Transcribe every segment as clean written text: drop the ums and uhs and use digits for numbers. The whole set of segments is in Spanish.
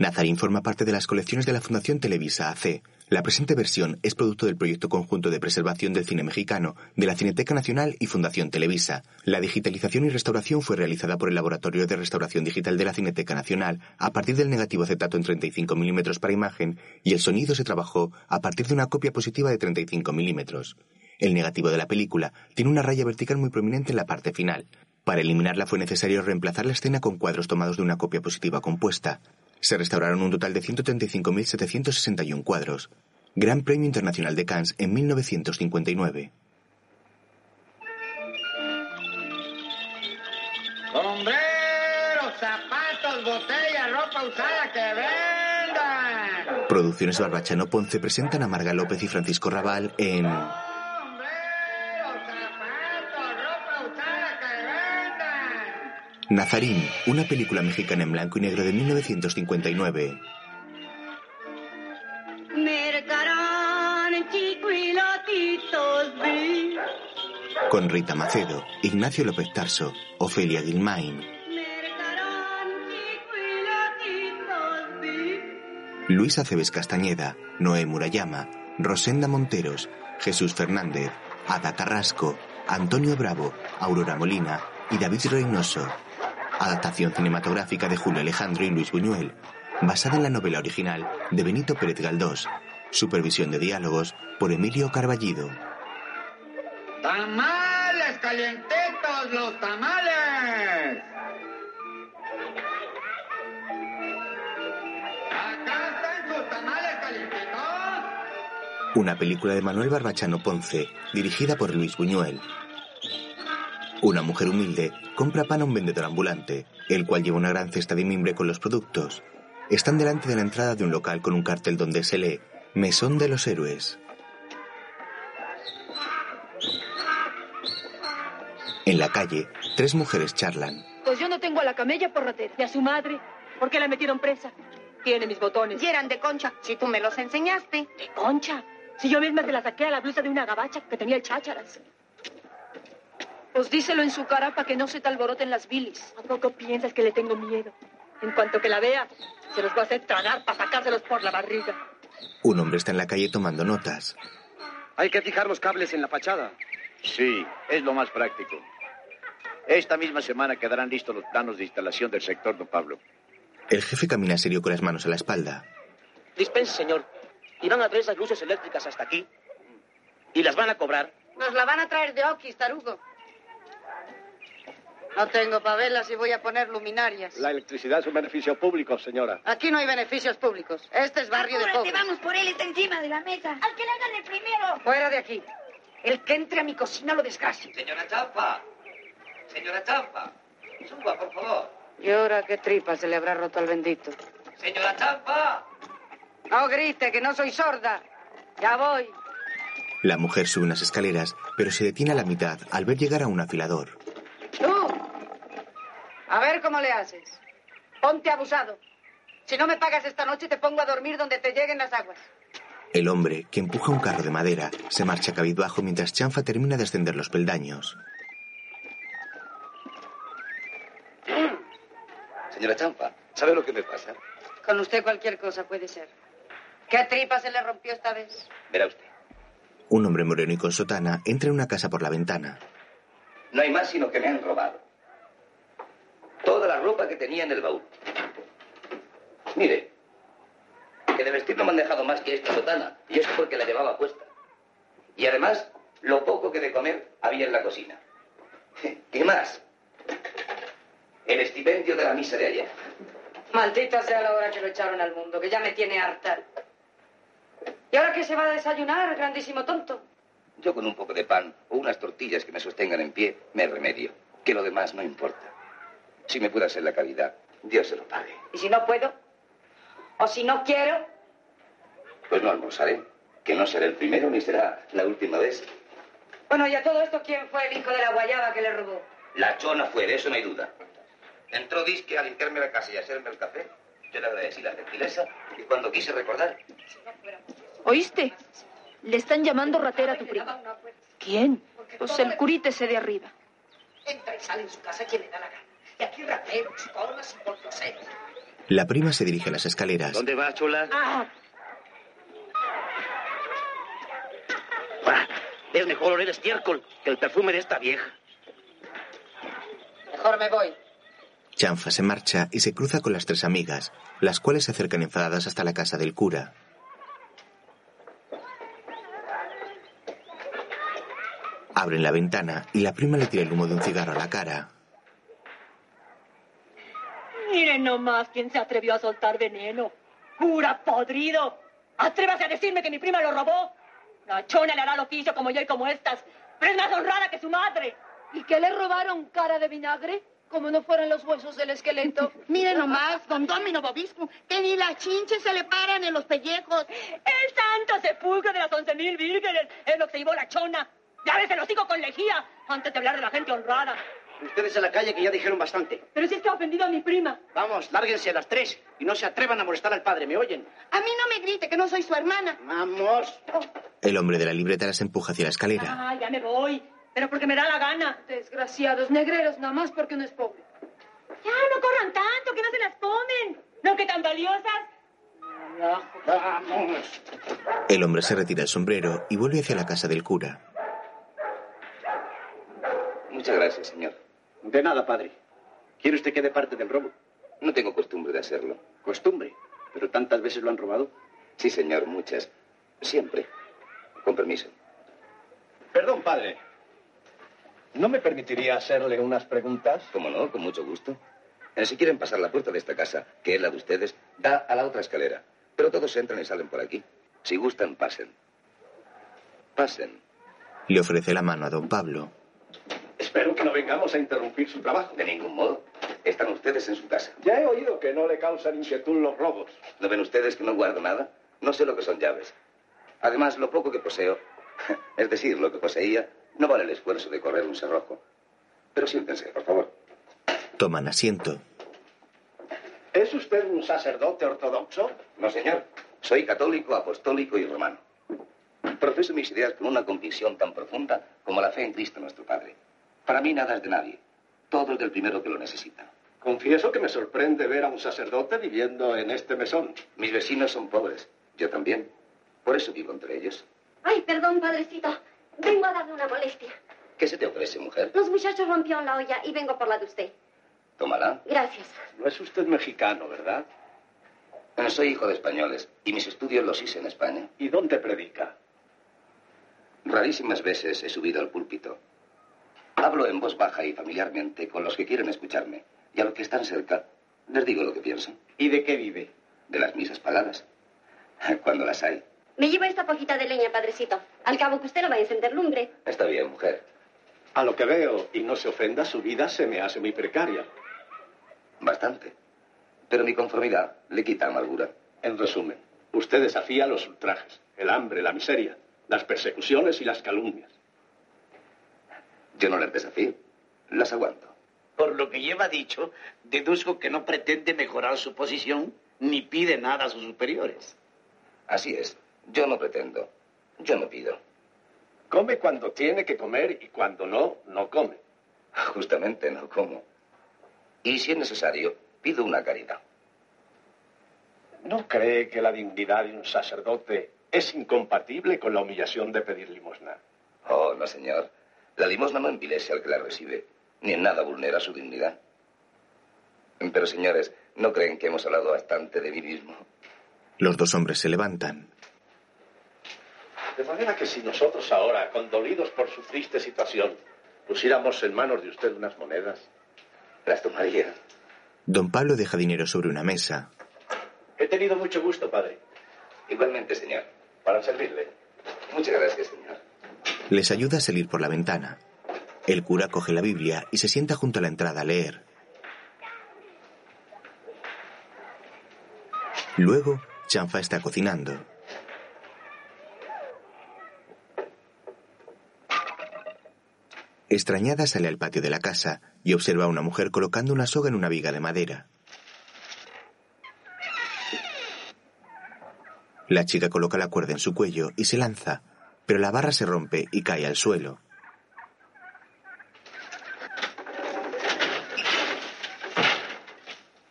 Nazarín forma parte de las colecciones de la Fundación Televisa AC. La presente versión es producto del proyecto conjunto de preservación del cine mexicano de la Cineteca Nacional y Fundación Televisa. La digitalización y restauración fue realizada por el Laboratorio de Restauración Digital de la Cineteca Nacional a partir del negativo acetato en 35 mm para imagen, y el sonido se trabajó a partir de una copia positiva de 35 mm. El negativo de la película tiene una raya vertical muy prominente en la parte final. Para eliminarla fue necesario reemplazar la escena con cuadros tomados de una copia positiva compuesta. Se restauraron un total de 135.761 cuadros. Gran Premio Internacional de Cannes en 1959. ¡Sombreros, zapatos, botellas, ropa usada, que vendan! Producciones Barbachano Ponce presentan a Marga López y Francisco Rabal en... Nazarín, una película mexicana en blanco y negro de 1959. Con Rita Macedo, Ignacio López Tarso, Ofelia Guilmain, Luis Aceves Castañeda, Noé Murayama, Rosenda Monteros, Jesús Fernández, Ada Carrasco, Antonio Bravo, Aurora Molina y David Reynoso. Adaptación cinematográfica de Julio Alejandro y Luis Buñuel, basada en la novela original de Benito Pérez Galdós. Supervisión de diálogos por Emilio Carballido. ¡Tamales calientitos, los tamales! ¿Acá están sus tamales calientitos? Una película de Manuel Barbachano Ponce, dirigida por Luis Buñuel. Una mujer humilde compra pan a un vendedor ambulante, el cual lleva una gran cesta de mimbre con los productos. Están delante de la entrada de un local con un cartel donde se lee Mesón de los Héroes. En la calle, tres mujeres charlan. Pues yo no tengo a la camella por ratera. Y a su madre, ¿por qué la metieron presa? Tiene mis botones. Y eran de concha, si tú me los enseñaste. ¿De concha? Si yo misma te la saqué a la blusa de una gabacha que tenía el chácharas. Pues díselo en su cara para que no se te alboroten las bilis. ¿A poco piensas que le tengo miedo? En cuanto que la vea, se los va a hacer tragar para sacárselos por la barriga. Un hombre está en la calle tomando notas. Hay que fijar los cables en la fachada. Sí, es lo más práctico. Esta misma semana quedarán listos los planos de instalación del sector Don Pablo. El jefe camina serio con las manos a la espalda. Dispense, señor. ¿Y van a traer esas luces eléctricas hasta aquí? ¿Y las van a cobrar? Nos la van a traer de Oquis, tarugo. No tengo pavelas y voy a poner luminarias. La electricidad es un beneficio público, señora. Aquí no hay beneficios públicos. Este es barrio de pobres. Vamos por él, está encima de la mesa. Al que le hagan el primero. Fuera de aquí. El que entre a mi cocina lo desgracie. Señora Champa. Señora Champa. Suba, por favor. ¿Y ahora qué tripa se le habrá roto al bendito? Señora Champa. No grite, que no soy sorda. Ya voy. La mujer sube unas escaleras, pero se detiene a la mitad al ver llegar a un afilador. ¡Tú! A ver cómo le haces. Ponte abusado. Si no me pagas esta noche, te pongo a dormir donde te lleguen las aguas. El hombre, que empuja un carro de madera, se marcha cabizbajo mientras Chanfa termina de ascender los peldaños. Señora Champa, ¿sabe lo que me pasa? Con usted cualquier cosa puede ser. ¿Qué tripa se le rompió esta vez? Verá usted. Un hombre moreno y con sotana entra en una casa por la ventana. No hay más sino que me han robado toda la ropa que tenía en el baúl. Mire, que de vestir no me han dejado más que esta sotana, y eso porque la llevaba puesta. Y además, lo poco que de comer había en la cocina. ¿Qué más? El estipendio de la misa de ayer. Maldita sea la hora que lo echaron al mundo, que ya me tiene harta. ¿Y ahora qué se va a desayunar, grandísimo tonto? Yo con un poco de pan o unas tortillas que me sostengan en pie, me remedio. Que lo demás no importa. Si me puede hacer la caridad, Dios se lo pague. ¿Y si no puedo? ¿O si no quiero? Pues no almorzaré. Que no será el primero ni será la última vez. Bueno, y a todo esto, ¿quién fue el hijo de la guayaba que le robó? La chona fue, de eso no hay duda. Entró disque a limpiarme la casa y a hacerme el café. Yo le agradecí la gentileza y cuando quise recordar... ¿Oíste? Le están llamando ratera a tu prima. ¿Quién? Pues el curita ese de arriba. Entra y sale en su casa quien le da la gana. Y aquí rateros, colas y portoseros. La prima se dirige a las escaleras. ¿Dónde vas, chula? Es mejor oler estiércol que el perfume de esta vieja. Mejor me voy. Chanfa se marcha y se cruza con las tres amigas, las cuales se acercan enfadadas hasta la casa del cura. Abren la ventana y la prima le tira el humo de un cigarro a la cara. Miren nomás quién se atrevió a soltar veneno. ¡Cura podrido! ¡Atrévase a decirme que mi prima lo robó! La chona le hará el oficio como yo y como estas, pero es más honrada que su madre. ¿Y qué le robaron, cara de vinagre? Como no fueran los huesos del esqueleto. Miren nomás, don Domino Bobisco, que ni las chinches se le paran en los pellejos. El santo sepulcro de las 11,000 vírgenes es lo que se llevó la chona. Ya ves el hocico con lejía, antes de hablar de la gente honrada. Ustedes a la calle que ya dijeron bastante. Pero si es que ha ofendido a mi prima. Vamos, lárguense a las 3 y no se atrevan a molestar al padre, ¿me oyen? A mí no me grite, que no soy su hermana. ¡Vamos! El hombre de la libreta las empuja hacia la escalera. Ah, ya me voy, pero porque me da la gana. Desgraciados negreros, nada más porque uno es pobre. Ya, no corran tanto, que no se las comen. No, que tan valiosas. ¡Vamos! El hombre se retira el sombrero y vuelve hacia la casa del cura. Muchas gracias, señor. De nada, padre. ¿Quiere usted que dé parte del robo? No tengo costumbre de hacerlo. ¿Costumbre? ¿Pero tantas veces lo han robado? Sí, señor, muchas. Siempre. Con permiso. Perdón, padre. ¿No me permitiría hacerle unas preguntas? ¿Cómo no? Con mucho gusto. Si quieren pasar la puerta de esta casa, que es la de ustedes, da a la otra escalera. Pero todos entran y salen por aquí. Si gustan, pasen. Pasen. Le ofrece la mano a don Pablo. Espero que no vengamos a interrumpir su trabajo. De ningún modo. Están ustedes en su casa. Ya he oído que no le causan inquietud los robos. ¿No ven ustedes que no guardo nada? No sé lo que son llaves. Además, lo poco que poseo, es decir, lo que poseía, no vale el esfuerzo de correr un cerrojo. Pero siéntense, por favor. Toman asiento. ¿Es usted un sacerdote ortodoxo? No, señor. Soy católico, apostólico y romano. Profeso mis ideas con una convicción tan profunda como la fe en Cristo nuestro Padre. Para mí nada es de nadie. Todo es del primero que lo necesita. Confieso que me sorprende ver a un sacerdote viviendo en este mesón. Mis vecinos son pobres. Yo también. Por eso vivo entre ellos. Ay, perdón, padrecito. Vengo a darle una molestia. ¿Qué se te ofrece, mujer? Los muchachos rompieron la olla y vengo por la de usted. Tómala. Gracias. No es usted mexicano, ¿verdad? Soy hijo de españoles y mis estudios los hice en España. ¿Y dónde predica? Rarísimas veces he subido al púlpito. Hablo en voz baja y familiarmente con los que quieren escucharme. Y a los que están cerca les digo lo que pienso. ¿Y de qué vive? De las misas pagadas. Cuando las hay. Me llevo esta poquita de leña, padrecito. Al cabo que usted no va a encender lumbre. Está bien, mujer. A lo que veo, y no se ofenda, su vida se me hace muy precaria. Bastante. Pero mi conformidad le quita amargura. En resumen, usted desafía los ultrajes, el hambre, la miseria, las persecuciones y las calumnias. Yo no las desafío, las aguanto. Por lo que lleva dicho, deduzco que no pretende mejorar su posición ni pide nada a sus superiores. Así es. Yo no pretendo. Yo no pido. Come cuando tiene que comer y cuando no, no come. Justamente no como. Y si es necesario, pido una caridad. ¿No cree que la dignidad de un sacerdote es incompatible con la humillación de pedir limosna? Oh, no, señor. La limosna no envilece al que la recibe, ni en nada vulnera su dignidad. Pero, señores, ¿no creen que hemos hablado bastante de mí mismo? Los dos hombres se levantan. De manera que si nosotros ahora, condolidos por su triste situación, pusiéramos en manos de usted unas monedas, las tomaría. Don Pablo deja dinero sobre una mesa. He tenido mucho gusto, padre. Igualmente, señor. Para servirle. Muchas gracias, señor. Les ayuda a salir por la ventana. El cura coge la Biblia y se sienta junto a la entrada a leer. Luego, Chanfa está cocinando. Extrañada sale al patio de la casa y observa a una mujer colocando una soga en una viga de madera. La chica coloca la cuerda en su cuello y se lanza, pero la barra se rompe y cae al suelo.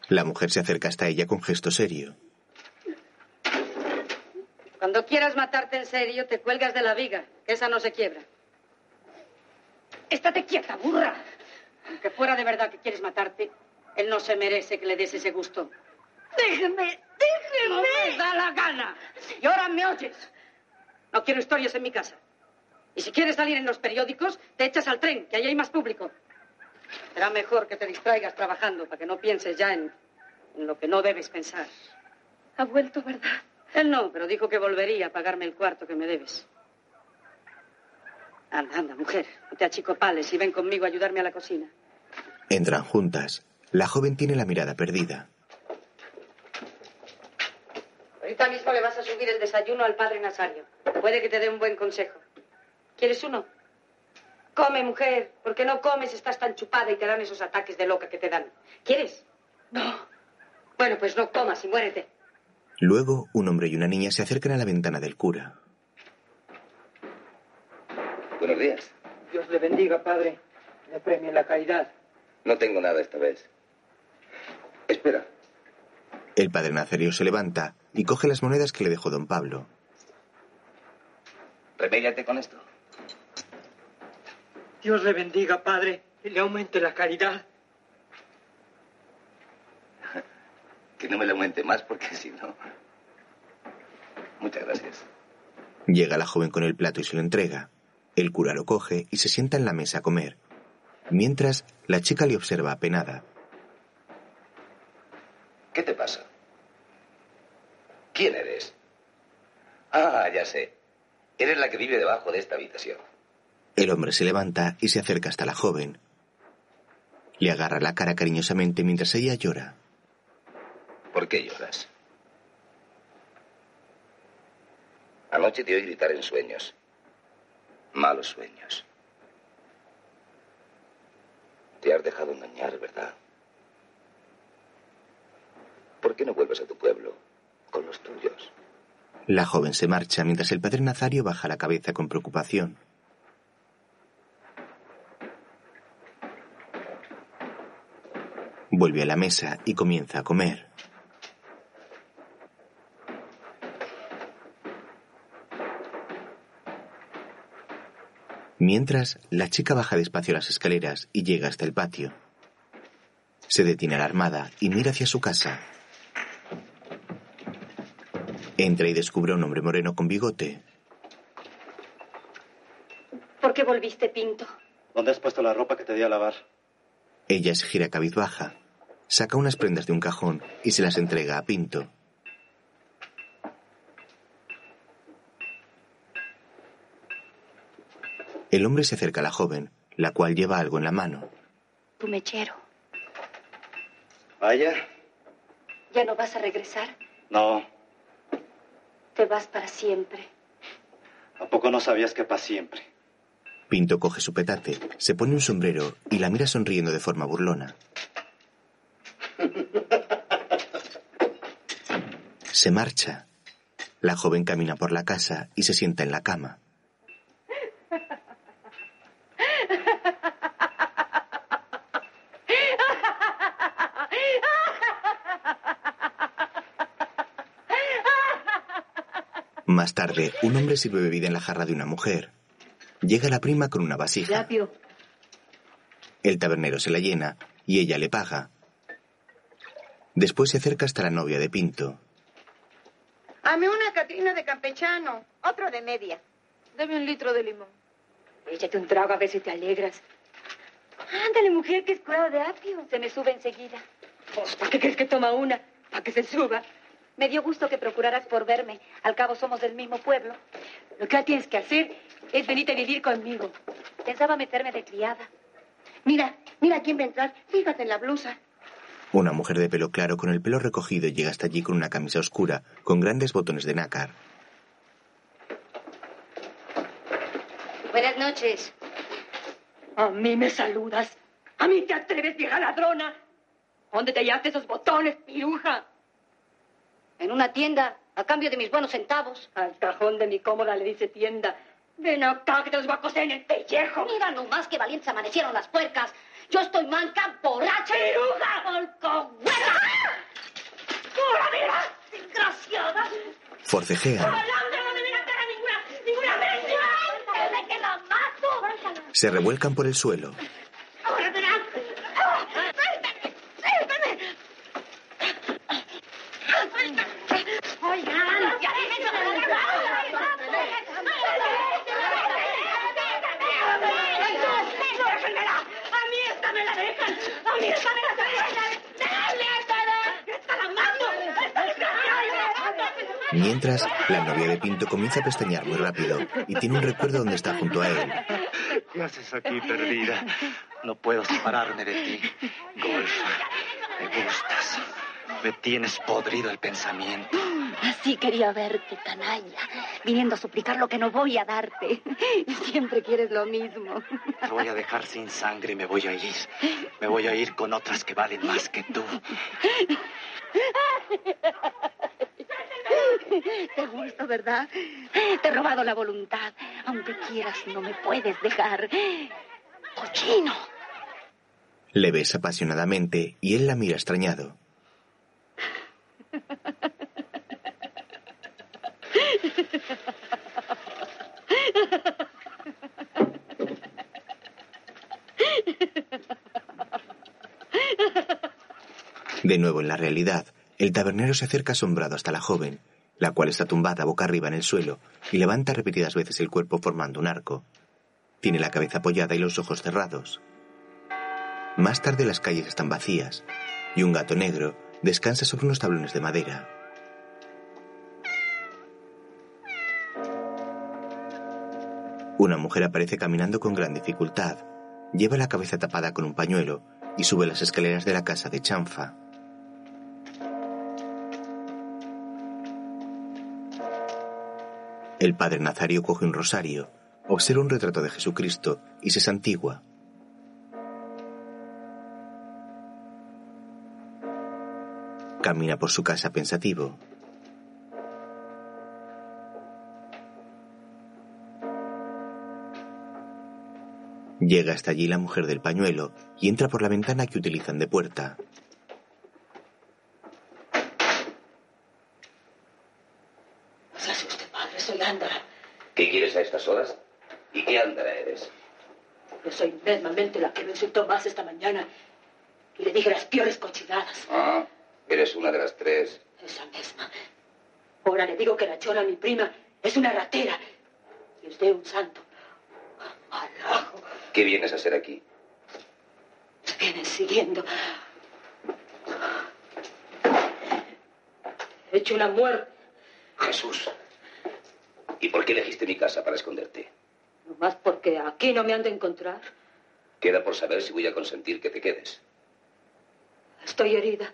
La mujer se acerca hasta ella con gesto serio. Cuando quieras matarte en serio, te cuelgas de la viga, que esa no se quiebra. Estate quieta, burra. Aunque fuera de verdad que quieres matarte, él no se merece que le des ese gusto. Déjeme. No me da la gana. Y ahora me oyes. No quiero historias en mi casa. Y si quieres salir en los periódicos, te echas al tren, que ahí hay más público. Será mejor que te distraigas trabajando para que no pienses ya en lo que no debes pensar. Ha vuelto, ¿verdad? Él no, pero dijo que volvería a pagarme el cuarto que me debes. Anda, anda, mujer. No te achicopales y ven conmigo a ayudarme a la cocina. Entran juntas. La joven tiene la mirada perdida. Ahorita mismo le vas a subir el desayuno al padre Nazario. Puede que te dé un buen consejo. ¿Quieres uno? Come, mujer. ¿Por qué no comes? Estás tan chupada y te dan esos ataques de loca que te dan. ¿Quieres? No. Bueno, pues no comas y muérete. Luego, un hombre y una niña se acercan a la ventana del cura. Buenos días. Dios le bendiga, padre. Le premie la caridad. No tengo nada esta vez. Espera. El padre Nazario se levanta y coge las monedas que le dejó don Pablo. Remédiate con esto. Dios le bendiga, padre, y le aumente la caridad. Que no me le aumente más porque si no... Muchas gracias. Llega la joven con el plato y se lo entrega. El cura lo coge y se sienta en la mesa a comer. Mientras, la chica le observa apenada. ¿Qué te pasa? ¿Quién eres? Ah, ya sé. Eres la que vive debajo de esta habitación. El hombre se levanta y se acerca hasta la joven. Le agarra la cara cariñosamente mientras ella llora. ¿Por qué lloras? Anoche te oí gritar en sueños. Malos sueños. Te has dejado engañar, ¿verdad? ¿Por qué no vuelves a tu pueblo con los tuyos? La joven se marcha mientras el padre Nazario baja la cabeza con preocupación. Vuelve a la mesa y comienza a comer. Mientras, la chica baja despacio las escaleras y llega hasta el patio. Se detiene alarmada y mira hacia su casa. Entra y descubre a un hombre moreno con bigote. ¿Por qué volviste, Pinto? ¿Dónde has puesto la ropa que te di a lavar? Ella se gira cabizbaja, saca unas prendas de un cajón y se las entrega a Pinto. El hombre se acerca a la joven, la cual lleva algo en la mano. Tu mechero. Vaya. ¿Ya no vas a regresar? No. Te vas para siempre. ¿A poco no sabías que para siempre? Pinto coge su petate, se pone un sombrero y la mira sonriendo de forma burlona. Se marcha. La joven camina por la casa y se sienta en la cama. Más tarde, un hombre sirve bebida en la jarra de una mujer. Llega la prima con una vasija. Rápido. El tabernero se la llena y ella le paga. Después se acerca hasta la novia de Pinto. Dame una Catrina de campechano, otro de media. Dame 1 litro de limón. Échate un trago a ver si te alegras. Ándale, mujer, que es curado de apio. Se me sube enseguida. Pues, ¿para qué crees que toma una? Para que se suba. Me dio gusto que procuraras por verme. Al cabo somos del mismo pueblo. Lo que tienes que hacer es venirte a vivir conmigo. Pensaba meterme de criada. Mira quién va a entrar. Fíjate en la blusa. Una mujer de pelo claro con el pelo recogido llega hasta allí con una camisa oscura con grandes botones de nácar. Buenas noches. ¿A mí me saludas? ¿A mí te atreves, vieja ladrona? ¿Dónde te hallaste esos botones, piruja? En una tienda, a cambio de mis buenos centavos. Al cajón de mi cómoda le dice tienda. Ven acá, que te los voy a coser en el pellejo. Mira nomás que valientes amanecieron las puercas. Yo estoy manca, borracha. ¡Piruja! ¡Alcahueta! ¡Hola, mira! ¡Desgraciada! Forcejean. ¡Hola, no me viene a cara ninguna mención! ¡De que la mato! Se revuelcan por el suelo. ¡Ahora verán! ¡Oigan! ¡Ya ¡Déjenmela! ¡A mí esta me la dejan! ¡A mí esta me la dejan! ¡Esta la mato! ¡Esta desgraciada! Mientras, la novia de Pinto comienza a pestañear muy rápido y tiene un recuerdo donde está junto a él. ¿Qué haces aquí, perdida? No puedo separarme de ti. Golfa, me gustas. Me tienes podrido el pensamiento. Así quería verte, canalla, viniendo a suplicar lo que no voy a darte. Siempre quieres lo mismo. Te voy a dejar sin sangre y me voy a ir. Me voy a ir con otras que valen más que tú. Te gusto, ¿verdad? Te he robado la voluntad. Aunque quieras, no me puedes dejar. ¡Cochino! Le besa apasionadamente y él la mira extrañado. De nuevo en la realidad, el tabernero se acerca asombrado hasta la joven, la cual está tumbada boca arriba en el suelo y levanta repetidas veces el cuerpo formando un arco. Tiene la cabeza apoyada y los ojos cerrados. Más tarde las calles están vacías y un gato negro descansa sobre unos tablones de madera. Una mujer aparece caminando con gran dificultad. Lleva la cabeza tapada con un pañuelo y sube las escaleras de la casa de Chanfa. El padre Nazario coge un rosario, observa un retrato de Jesucristo y se santigua. Camina por su casa pensativo. Llega hasta allí la mujer del pañuelo y entra por la ventana que utilizan de puerta. No se asuste, padre, soy Ándara. ¿Qué quieres a estas horas? ¿Y qué Ándara eres? Yo soy mismamente la que lo insultó más esta mañana y le dije las peores cochinadas. Ah, eres una de las tres. Esa misma. Ahora le digo que la Chola, mi prima, es una ratera y usted un santo. Malajo. ¿Qué vienes a hacer aquí? Se vienen siguiendo. He hecho una muerte. Jesús. ¿Y por qué elegiste mi casa para esconderte? Nomás porque aquí no me han de encontrar. Queda por saber si voy a consentir que te quedes. Estoy herida.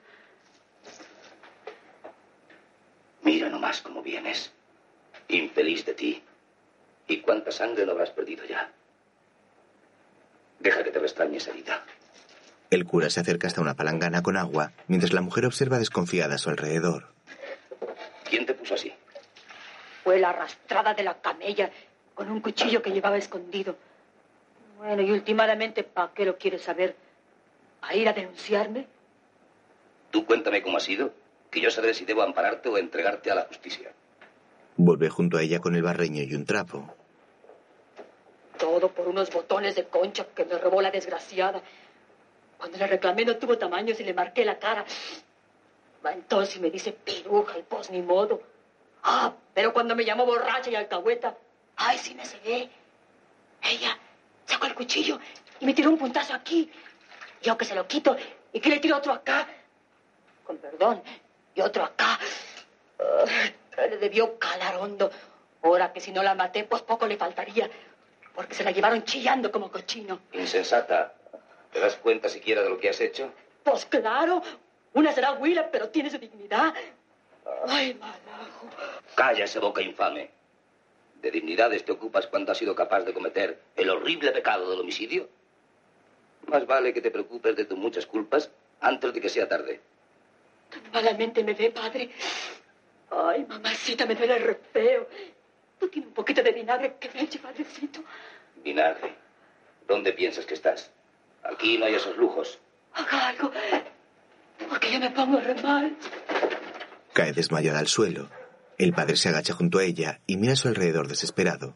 Mira nomás cómo vienes. Infeliz de ti. ¿Y cuánta sangre no habrás perdido ya? Deja que te restañe esa herida. El cura se acerca hasta una palangana con agua, mientras la mujer observa desconfiada a su alrededor. ¿Quién te puso así? Fue la arrastrada de la camella con un cuchillo que llevaba escondido. Bueno, y últimamente, ¿para qué lo quieres saber? ¿A ir a denunciarme? Tú cuéntame cómo ha sido, que yo sabré si debo ampararte o entregarte a la justicia. Vuelve junto a ella con el barreño y un trapo. Todo por unos botones de concha que me robó la desgraciada. Cuando le reclamé no tuvo tamaños y le marqué la cara. Va entonces me dice piruja y pues ni modo. Ah, pero cuando me llamó borracha y alcahueta, ay, sí me cegué. Ella sacó el cuchillo y me tiró un puntazo aquí. Yo que se lo quito y que le tiro otro acá. Con perdón, y otro acá. Le debió calar hondo. Ahora que si no la maté, pues poco le faltaría. Porque se la llevaron chillando como cochino. Insensata. ¿Te das cuenta siquiera de lo que has hecho? Pues claro. Una será huila, pero tiene su dignidad. Ay, malajo. Calla esa boca infame. ¿De dignidades te ocupas cuando has sido capaz de cometer el horrible pecado del homicidio? Más vale que te preocupes de tus muchas culpas antes de que sea tarde. Tan malamente me ve, padre. Ay, mamacita, me duele el re feo. Tú tienes un poquito de vinagre que me eche, padrecito. Vinagre. ¿Dónde piensas que estás? Aquí no hay esos lujos. Haga algo, porque yo me pongo re mal. Cae desmayada al suelo. El padre se agacha junto a ella y mira a su alrededor desesperado.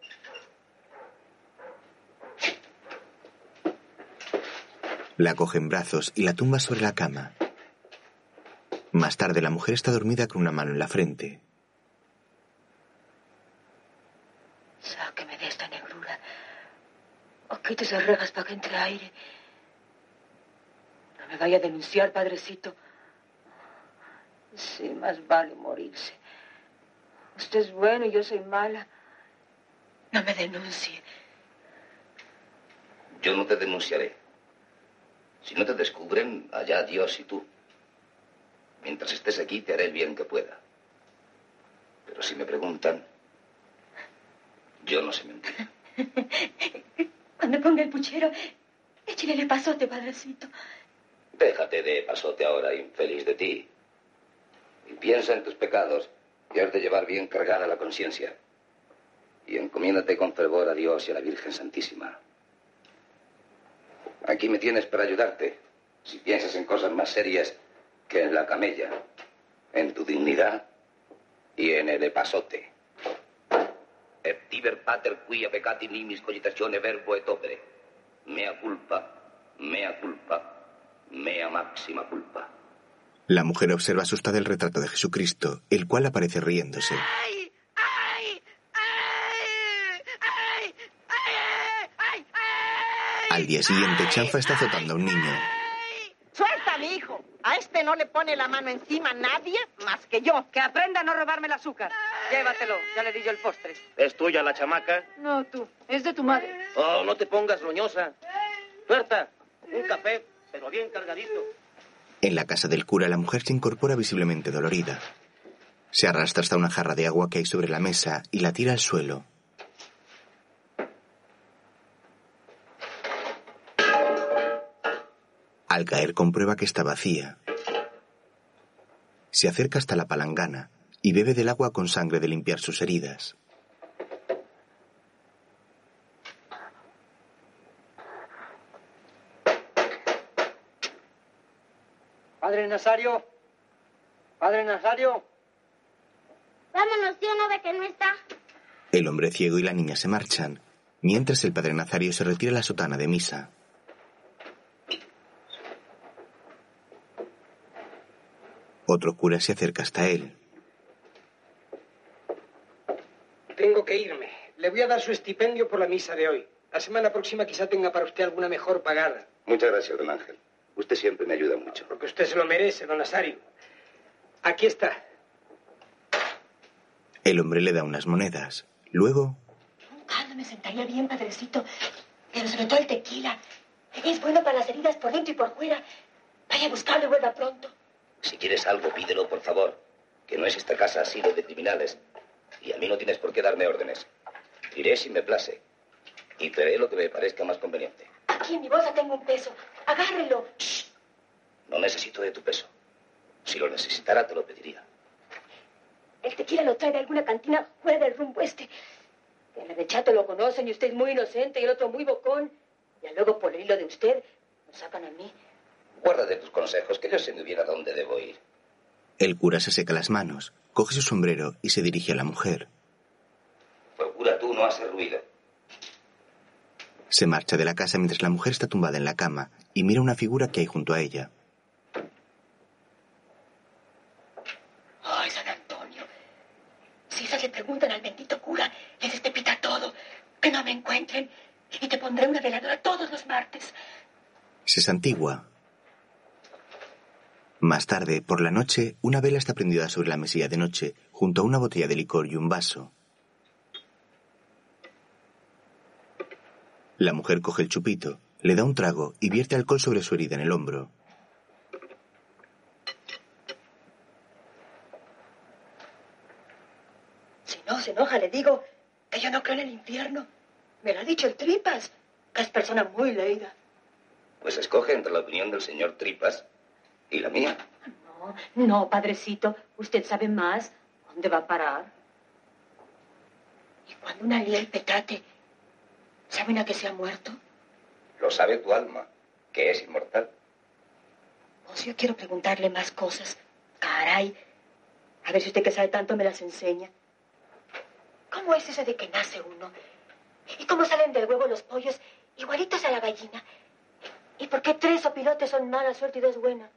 La coge en brazos y la tumba sobre la cama. Más tarde, la mujer está dormida con una mano en la frente. Sáqueme de esta negrura. O quítese rejas para que entre aire. No me vaya a denunciar, padrecito. Sí, más vale morirse. Usted es bueno y yo soy mala. No me denuncie. Yo no te denunciaré. Si no te descubren, allá Dios y tú. Mientras estés aquí, te haré el bien que pueda. Pero si me preguntan, yo no sé mentir. Cuando ponga el puchero, échale el pasote, padrecito. Déjate de pasote ahora, infeliz de ti. Y piensa en tus pecados, que has de llevar bien cargada la conciencia. Y encomiéndate con fervor a Dios y a la Virgen Santísima. Aquí me tienes para ayudarte, si piensas en cosas más serias que en la camella, en tu dignidad y en el epasote. Et tiber pater quia peccati nimis cogitatione verbo et opere. Mea culpa, mea culpa, mea máxima culpa. La mujer observa asustada el retrato de Jesucristo, el cual aparece riéndose. Al día siguiente, Chanfa está azotando a un niño. ¡Suelta a mi hijo! A este no le pone la mano encima nadie más que yo. Que aprenda a no robarme el azúcar. Llévatelo, ya le di yo el postre. ¿Es tuya la chamaca? No, tú. Es de tu madre. Oh, no te pongas roñosa. Berta, un café, pero bien cargadito. En la casa del cura, la mujer se incorpora visiblemente dolorida. Se arrastra hasta una jarra de agua que hay sobre la mesa y la tira al suelo. Al caer, comprueba que está vacía. Se acerca hasta la palangana y bebe del agua con sangre de limpiar sus heridas. Padre Nazario. Padre Nazario. Vámonos, tío, ¿no ve que no está? El hombre ciego y la niña se marchan, mientras el padre Nazario se retira a la sotana de misa. Otro cura se acerca hasta él. Tengo que irme. Le voy a dar su estipendio por la misa de hoy. La semana próxima quizá tenga para usted alguna mejor pagada. Muchas gracias, don Ángel. Usted siempre me ayuda mucho. Porque usted se lo merece, don Nazario. Aquí está. El hombre le da unas monedas. Luego... Me sentaría bien, padrecito. Pero sobre todo el tequila. Es bueno para las heridas por dentro y por fuera. Vaya a buscarlo y vuelva pronto. Si quieres algo, pídelo, por favor. Que no es esta casa asilo de criminales. Y a mí no tienes por qué darme órdenes. Iré si me place. Y te haré lo que me parezca más conveniente. Aquí en mi bolsa tengo un peso. Agárrelo. Shh. No necesito de tu peso. Si lo necesitara, te lo pediría. El tequila lo trae de alguna cantina fuera del rumbo este. El de Chato lo conocen y usted es muy inocente y el otro muy bocón. Y luego por el hilo de usted me sacan a mí. Guárdate tus consejos, que yo sé muy bien a dónde debo ir. El cura se seca las manos, coge su sombrero y se dirige a la mujer. Procura tú no hacer ruido. Se marcha de la casa mientras la mujer está tumbada en la cama y mira una figura que hay junto a ella. ¡Ay, San Antonio! Si esas le preguntan al bendito cura, les despepita todo. Que no me encuentren. Y te pondré una veladora todos los martes. Se santigua. Más tarde, por la noche, una vela está prendida sobre la mesilla de noche, junto a una botella de licor y un vaso. La mujer coge el chupito, le da un trago y vierte alcohol sobre su herida en el hombro. Si no se enoja, le digo que yo no creo en el infierno. Me lo ha dicho el Tripas, que es persona muy leída. Pues escoge entre la opinión del señor Tripas y la mía. No, padrecito, usted sabe más. ¿Dónde va a parar? Cuando una lía el petate, ¿saben a qué se ha muerto? Lo sabe tu alma, que es inmortal. Pues yo quiero preguntarle más cosas. Caray. A ver si usted que sabe tanto me las enseña. ¿Cómo es eso de que nace uno? ¿Y cómo salen del huevo los pollos igualitos a la gallina? ¿Y por qué 3 opilotes son mala suerte y 2 buena?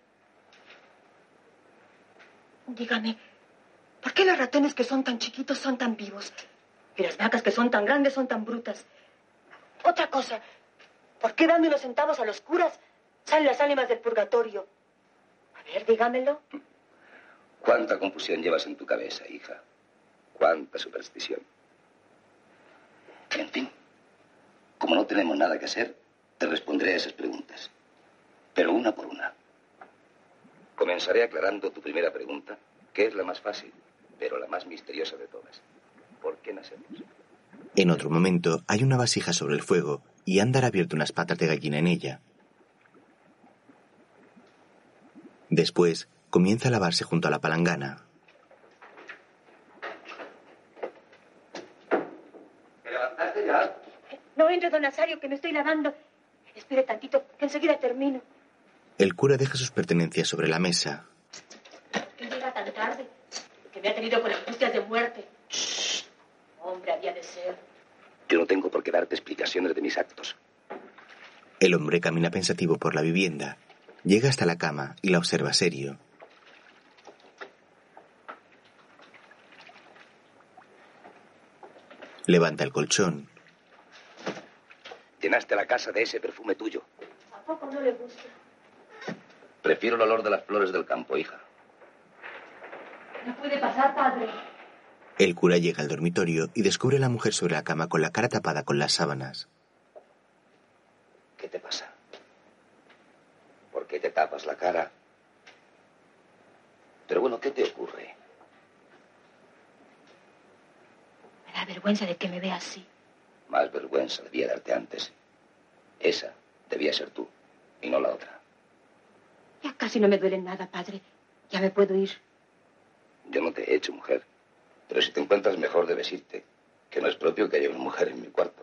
Dígame, ¿por qué los ratones que son tan chiquitos son tan vivos? Y las vacas que son tan grandes son tan brutas. Otra cosa, ¿por qué dando unos centavos a los curas salen las ánimas del purgatorio? A ver, dígamelo. ¿Cuánta confusión llevas en tu cabeza, hija? ¿Cuánta superstición? En fin, como no tenemos nada que hacer, te responderé a esas preguntas. Pero una por una. Comenzaré aclarando tu primera pregunta, que es la más fácil, pero la más misteriosa de todas. ¿Por qué nacemos? En otro momento, hay una vasija sobre el fuego y Andar ha abierto unas patas de gallina en ella. Después, comienza a lavarse junto a la palangana. ¿Te levantaste ya? No entre, don Nazario, que me estoy lavando. Espere tantito, que enseguida termino. El cura deja sus pertenencias sobre la mesa. ¿Qué llega tan tarde? Que me ha tenido con angustias de muerte. Hombre, había de ser. Yo no tengo por qué darte explicaciones de mis actos. El hombre camina pensativo por la vivienda. Llega hasta la cama y la observa serio. Levanta el colchón. Llenaste la casa de ese perfume tuyo. ¿A poco no le gusta? Prefiero el olor de las flores del campo, hija. No puede pasar, padre. El cura llega al dormitorio y descubre a la mujer sobre la cama con la cara tapada con las sábanas. ¿Qué te pasa? ¿Por qué te tapas la cara? Pero bueno, ¿qué te ocurre? Me da vergüenza de que me vea así. Más vergüenza debía darte antes. Esa debía ser tú y no la otra. Ya casi no me duele nada, padre. Ya me puedo ir. Yo no te he hecho mujer. Pero si te encuentras mejor debes irte. Que no es propio que haya una mujer en mi cuarto.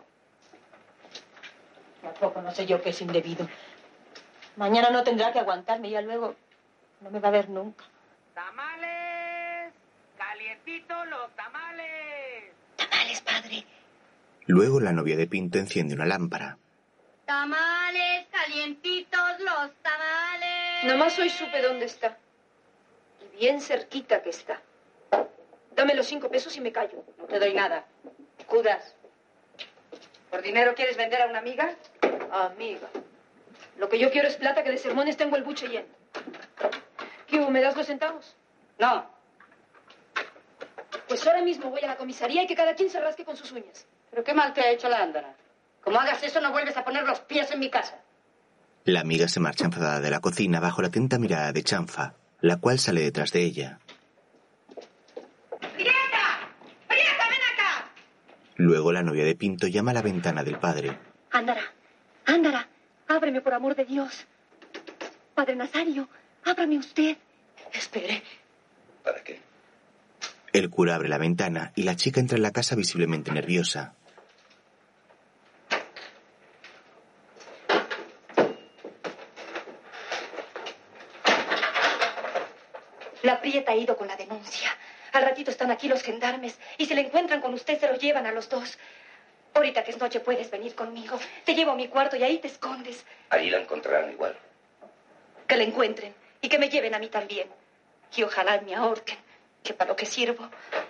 Tampoco no sé yo qué es indebido. Mañana no tendrá que aguantarme. Ya luego no me va a ver nunca. ¡Tamales! ¡Calientitos los tamales! Tamales, padre. Luego la novia de Pinto enciende una lámpara. Tamales, calientitos los tamales. Nomás hoy supe dónde está. Y bien cerquita que está. Dame los 5 pesos y me callo. No te doy nada. Judas, ¿por dinero quieres vender a una amiga? Amiga. Lo que yo quiero es plata, que de sermones tengo el buche lleno. ¿Qué hubo? ¿Me das 2 centavos? No. Pues ahora mismo voy a la comisaría y que cada quien se rasque con sus uñas. ¿Pero qué mal te ha hecho la ándara? Como hagas eso, no vuelves a poner los pies en mi casa. La amiga se marcha enfadada de la cocina bajo la atenta mirada de Chanfa, la cual sale detrás de ella. ¡Prieta! ¡Prieta, ven acá! Luego la novia de Pinto llama a la ventana del padre. Ándara, ándara, ábreme por amor de Dios. Padre Nazario, ábrame usted. Espere. ¿Para qué? El cura abre la ventana y la chica entra en la casa visiblemente nerviosa. La Prieta ha ido con la denuncia. Al ratito están aquí los gendarmes y si le encuentran con usted se lo llevan a los 2. Ahorita que es noche puedes venir conmigo. Te llevo a mi cuarto y ahí te escondes. Allí la encontrarán igual. Que la encuentren y que me lleven a mí también. Y ojalá me ahorquen, que para lo que sirvo.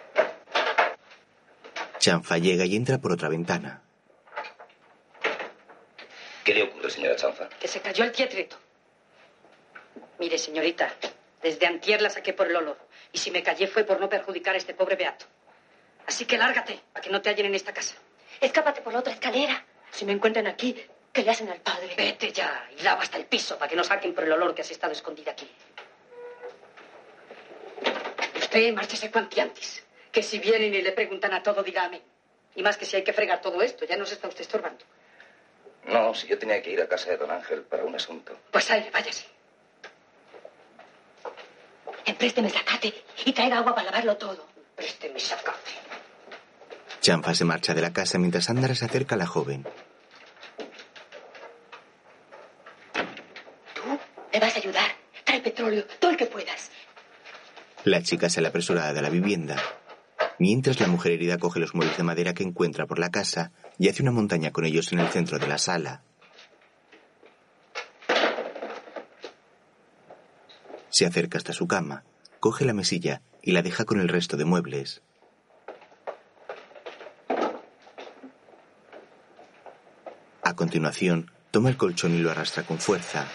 Chanfa llega y entra por otra ventana. ¿Qué le ocurre, señora Chanfa? Que se cayó el tietreto. Mire, señorita, desde antier la saqué por el olor. Y si me callé fue por no perjudicar a este pobre beato. Así que lárgate, para que no te hallen en esta casa. Escápate por la otra escalera. Si me encuentran aquí, ¿qué le hacen al padre? Vete ya y lava hasta el piso para que no saquen por el olor que has estado escondida aquí. Usted márchese cuanti antes. Que si vienen y le preguntan a todo, dirá amén. Y más que si hay que fregar todo esto, ya nos está usted estorbando. No, si yo tenía que ir a casa de don Ángel para un asunto. Pues aire, váyase. Présteme zacate y traiga agua para lavarlo todo. Présteme zacate. Chanfa se marcha de la casa mientras Andara se acerca a la joven. Tú me vas a ayudar. Trae petróleo, todo el que puedas. La chica sale apresurada de la vivienda. Mientras la mujer herida coge los muebles de madera que encuentra por la casa y hace una montaña con ellos en el centro de la sala. Se acerca hasta su cama, coge la mesilla y la deja con el resto de muebles. A continuación, toma el colchón y lo arrastra con fuerza.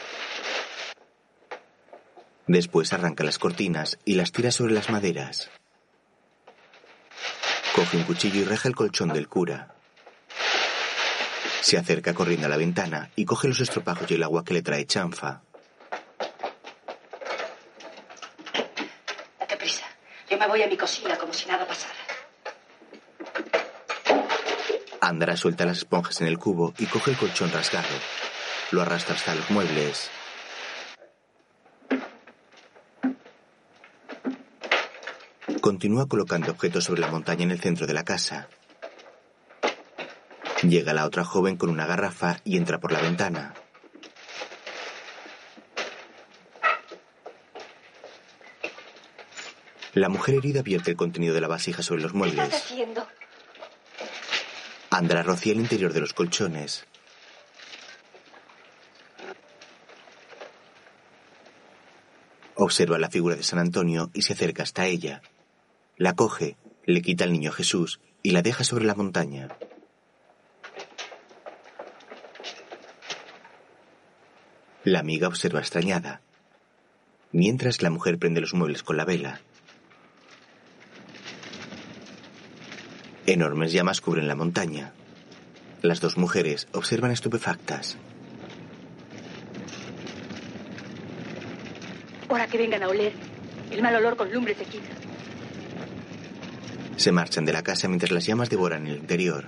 Después arranca las cortinas y las tira sobre las maderas. Coge un cuchillo y raja el colchón del cura. Se acerca corriendo a la ventana y coge los estropajos y el agua que le trae Chanfa. Date prisa. Yo me voy a mi cocina como si nada pasara. Andara suelta las esponjas en el cubo y coge el colchón rasgado. Lo arrastra hasta los muebles. Continúa colocando objetos sobre la montaña en el centro de la casa. Llega la otra joven con una garrafa y entra por la ventana. La mujer herida vierte el contenido de la vasija sobre los muebles. ¿Qué estás haciendo? Andara rocía el interior de los colchones. Observa la figura de San Antonio y se acerca hasta ella. La coge, le quita al niño Jesús y la deja sobre la montaña. La amiga observa extrañada. Mientras la mujer prende los muebles con la vela. Enormes llamas cubren la montaña. Las dos mujeres observan estupefactas. Ahora que vengan a oler, el mal olor con lumbre se quita. Se marchan de la casa mientras las llamas devoran el interior.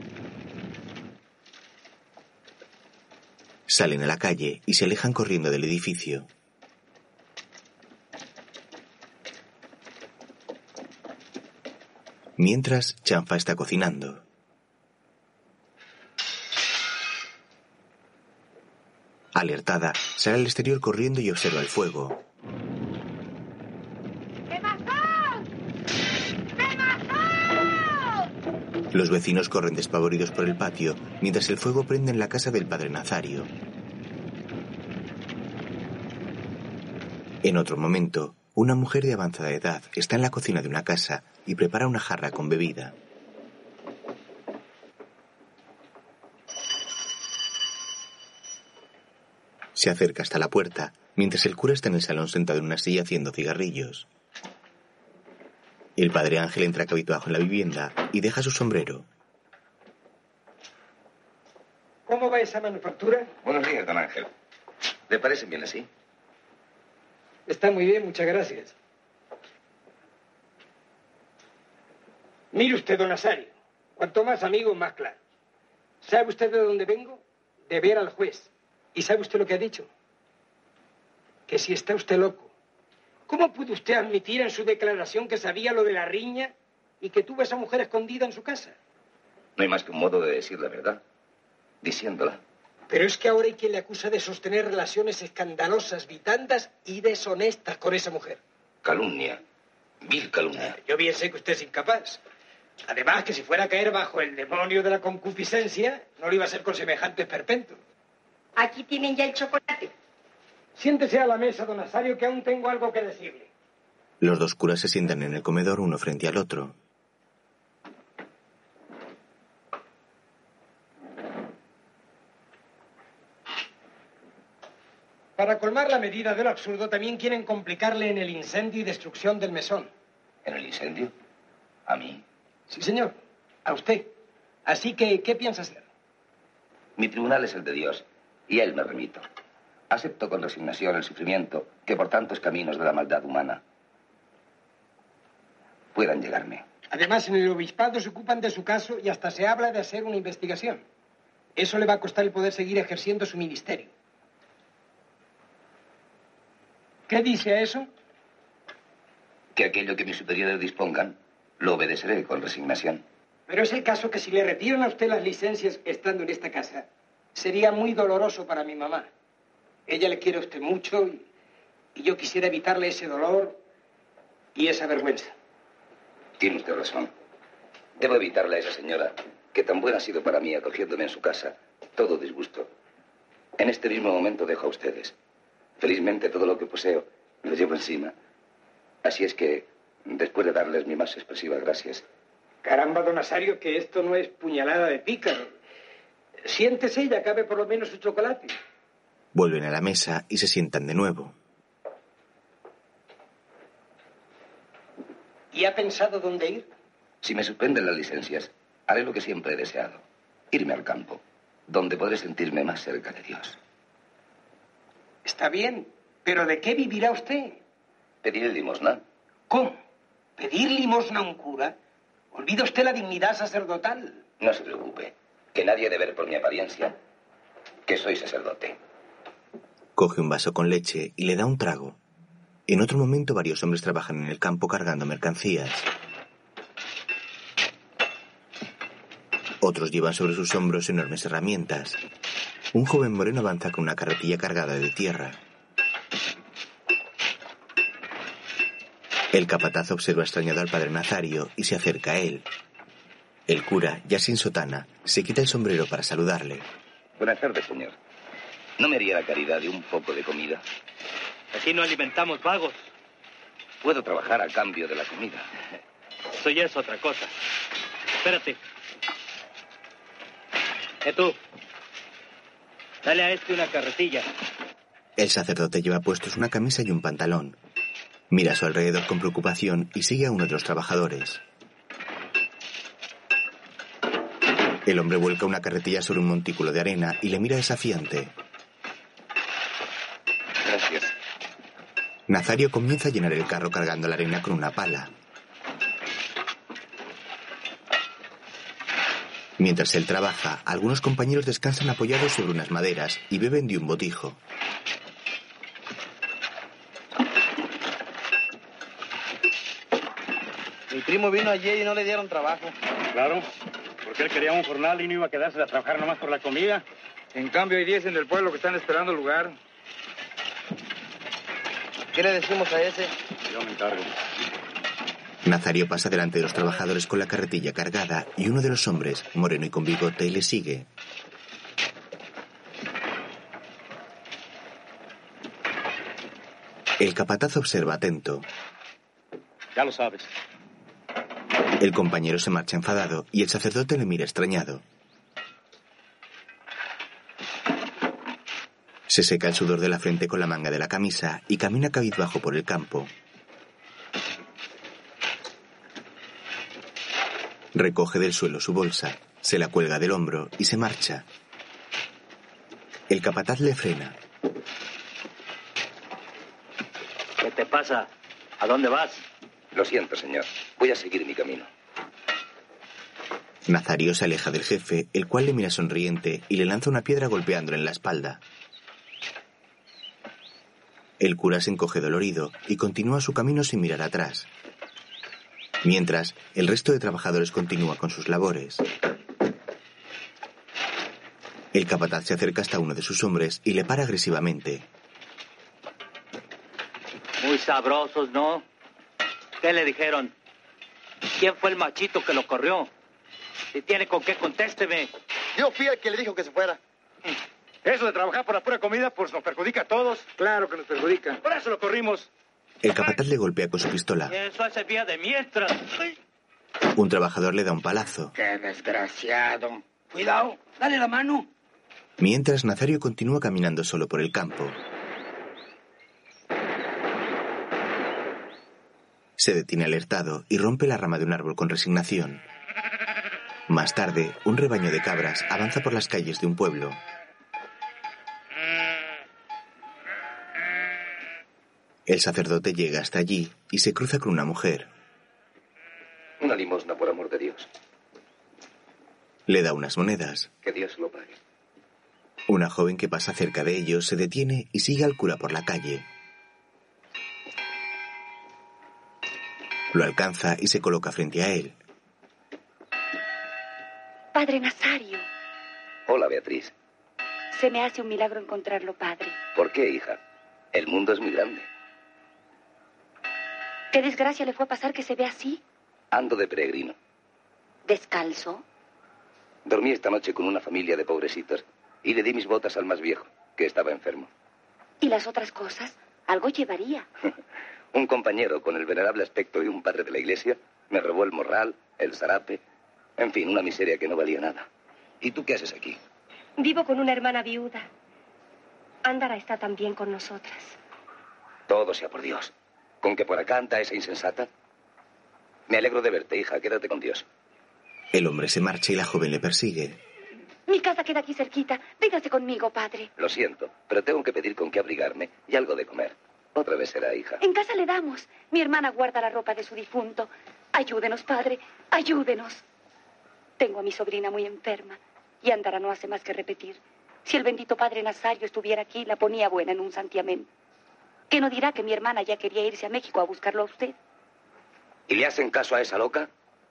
Salen a la calle y se alejan corriendo del edificio. Mientras, Chanfa está cocinando. Alertada, sale al exterior corriendo y observa el fuego. Los vecinos corren despavoridos por el patio mientras el fuego prende en la casa del padre Nazario. En otro momento, una mujer de avanzada edad está en la cocina de una casa y prepara una jarra con bebida. Se acerca hasta la puerta, mientras el cura está en el salón sentado en una silla haciendo cigarrillos. El padre Ángel entra cabizbajo en la vivienda y deja su sombrero. ¿Cómo va esa manufactura? Buenos días, don Ángel. ¿Le parecen bien así? Está muy bien, muchas gracias. Mire usted, don Nazario. Cuanto más amigos, más claro. ¿Sabe usted de dónde vengo? De ver al juez. ¿Y sabe usted lo que ha dicho? Que si está usted loco. ¿Cómo pudo usted admitir en su declaración que sabía lo de la riña y que tuvo a esa mujer escondida en su casa? No hay más que un modo de decir la verdad. Diciéndola. Pero es que ahora hay quien le acusa de sostener relaciones escandalosas, vitandas y deshonestas con esa mujer. Calumnia. Vil calumnia. Yo bien sé que usted es incapaz. Además, que si fuera a caer bajo el demonio de la concupiscencia, no lo iba a ser con semejante esperpento. Aquí tienen ya el chocolate. Siéntese a la mesa, don Nazario, que aún tengo algo que decirle. Los dos curas se sientan en el comedor uno frente al otro. Para colmar la medida del absurdo, también quieren complicarle en el incendio y destrucción del mesón. ¿En el incendio? ¿A mí? Sí, señor. A usted. Así que, ¿qué piensa hacer? Mi tribunal es el de Dios, y a él me remito. Acepto con resignación el sufrimiento que por tantos caminos de la maldad humana puedan llegarme. Además, en el obispado se ocupan de su caso y hasta se habla de hacer una investigación. Eso le va a costar el poder seguir ejerciendo su ministerio. ¿Qué dice a eso? Que aquello que mis superiores dispongan, lo obedeceré con resignación. Pero es el caso que si le retiran a usted las licencias estando en esta casa, sería muy doloroso para mi mamá. Ella le quiere a usted mucho y yo quisiera evitarle ese dolor y esa vergüenza. Tiene usted razón. Debo evitarle a esa señora, que tan buena ha sido para mí acogiéndome en su casa, todo disgusto. En este mismo momento dejo a ustedes. Felizmente todo lo que poseo lo llevo encima. Así es que, después de darles mis más expresivas gracias... Caramba, don Nazario, que esto no es puñalada de pícaro. Siéntese y acabe por lo menos su chocolate. Vuelven a la mesa y se sientan de nuevo. ¿Y ha pensado dónde ir? Si me suspenden las licencias, haré lo que siempre he deseado. Irme al campo, donde podré sentirme más cerca de Dios. Está bien, pero ¿de qué vivirá usted? Pediré limosna. ¿Cómo? ¿Pedir limosna a un cura? ¿Olvida usted la dignidad sacerdotal? No se preocupe, que nadie ha de ver por mi apariencia que soy sacerdote. Coge un vaso con leche y le da un trago. En otro momento, varios hombres trabajan en el campo cargando mercancías. Otros llevan sobre sus hombros enormes herramientas. Un joven moreno avanza con una carretilla cargada de tierra. El capataz observa extrañado al padre Nazario y se acerca a él. El cura, ya sin sotana, se quita el sombrero para saludarle. Buenas tardes, señor. ¿No me haría la caridad de un poco de comida? Aquí no alimentamos vagos. Puedo trabajar a cambio de la comida. Eso ya es otra cosa. Espérate. Tú. Dale a este una carretilla. El sacerdote lleva puestos una camisa y un pantalón. Mira a su alrededor con preocupación y sigue a uno de los trabajadores. El hombre vuelca una carretilla sobre un montículo de arena y le mira desafiante. Gracias. Nazario comienza a llenar el carro cargando la arena con una pala. Mientras él trabaja, algunos compañeros descansan apoyados sobre unas maderas y beben de un botijo. Mi primo vino ayer y no le dieron trabajo. Claro, porque él quería un jornal y no iba a quedarse a trabajar nomás por la comida. En cambio, hay 10 en el pueblo que están esperando el lugar. ¿Qué le decimos a ese? Yo me encargo. Nazario pasa delante de los trabajadores con la carretilla cargada y uno de los hombres, moreno y con bigote, le sigue. El capataz observa atento. Ya lo sabes. El compañero se marcha enfadado y el sacerdote le mira extrañado. Se seca el sudor de la frente con la manga de la camisa y camina cabizbajo por el campo. Recoge del suelo su bolsa, se la cuelga del hombro y se marcha. El capataz le frena. ¿Qué te pasa? ¿A dónde vas? Lo siento, señor. Voy a seguir mi camino. Nazario se aleja del jefe, el cual le mira sonriente y le lanza una piedra golpeándole en la espalda. El cura se encoge dolorido y continúa su camino sin mirar atrás. Mientras, el resto de trabajadores continúa con sus labores. El capataz se acerca hasta uno de sus hombres y le para agresivamente. Muy sabrosos, ¿no? ¿Qué le dijeron? ¿Quién fue el machito que lo corrió? Si tiene con qué, contésteme. Yo fui el que le dijo que se fuera. Eso de trabajar por la pura comida, pues nos perjudica a todos. Claro que nos perjudica. Por eso lo corrimos. El capataz le golpea con su pistola. Eso hace vía de mientras. Un trabajador le da un palazo. ¡Qué desgraciado! Cuidado, dale la mano. Mientras, Nazario continúa caminando solo por el campo. Se detiene alertado y rompe la rama de un árbol con resignación. Más tarde, un rebaño de cabras avanza por las calles de un pueblo. El sacerdote llega hasta allí y se cruza con una mujer. Una limosna, por amor de Dios. Le da unas monedas. Que Dios lo pague. Una joven que pasa cerca de ellos se detiene y sigue al cura por la calle. Lo alcanza y se coloca frente a él. Padre Nazario. Hola, Beatriz. Se me hace un milagro encontrarlo, padre. ¿Por qué, hija? El mundo es muy grande. ¿Qué desgracia le fue a pasar que se ve así? Ando de peregrino. ¿Descalzo? Dormí esta noche con una familia de pobrecitos y le di mis botas al más viejo, que estaba enfermo. ¿Y las otras cosas? Algo llevaría. Un compañero con el venerable aspecto de un padre de la iglesia me robó el morral, el zarape, en fin, una miseria que no valía nada. ¿Y tú qué haces aquí? Vivo con una hermana viuda. Ándara está también con nosotras. Todo sea por Dios. ¿Con que por acá anda esa insensata? Me alegro de verte, hija. Quédate con Dios. El hombre se marcha y la joven le persigue. Mi casa queda aquí cerquita. Véngase conmigo, padre. Lo siento, pero tengo que pedir con qué abrigarme y algo de comer. Otra vez será, hija. En casa le damos. Mi hermana guarda la ropa de su difunto. Ayúdenos, padre. Ayúdenos. Tengo a mi sobrina muy enferma. Y Ándara no hace más que repetir. Si el bendito padre Nazario estuviera aquí, la ponía buena en un santiamén. ¿Qué no dirá que mi hermana ya quería irse a México a buscarlo a usted? ¿Y le hacen caso a esa loca?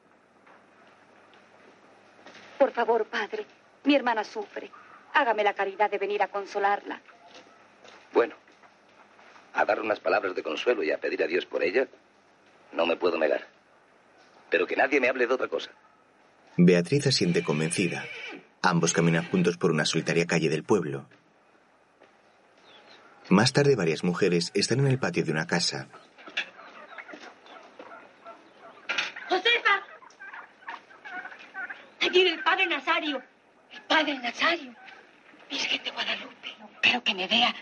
Por favor, padre. Mi hermana sufre. Hágame la caridad de venir a consolarla. Bueno, a dar unas palabras de consuelo y a pedir a Dios por ella, no me puedo negar. Pero que nadie me hable de otra cosa. Beatriz asiente convencida. Ambos caminan juntos por una solitaria calle del pueblo. Más tarde, varias mujeres están en el patio de una casa. ¡Josefa! Allí viene el padre Nazario. El padre Nazario. Virgen de Guadalupe. No creo que me vea.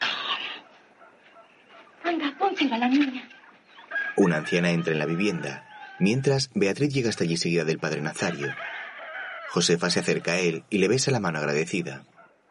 Anda, pónselo a la niña. Una anciana entra en la vivienda. Mientras, Beatriz llega hasta allí seguida del padre Nazario. Josefa se acerca a él y le besa la mano agradecida.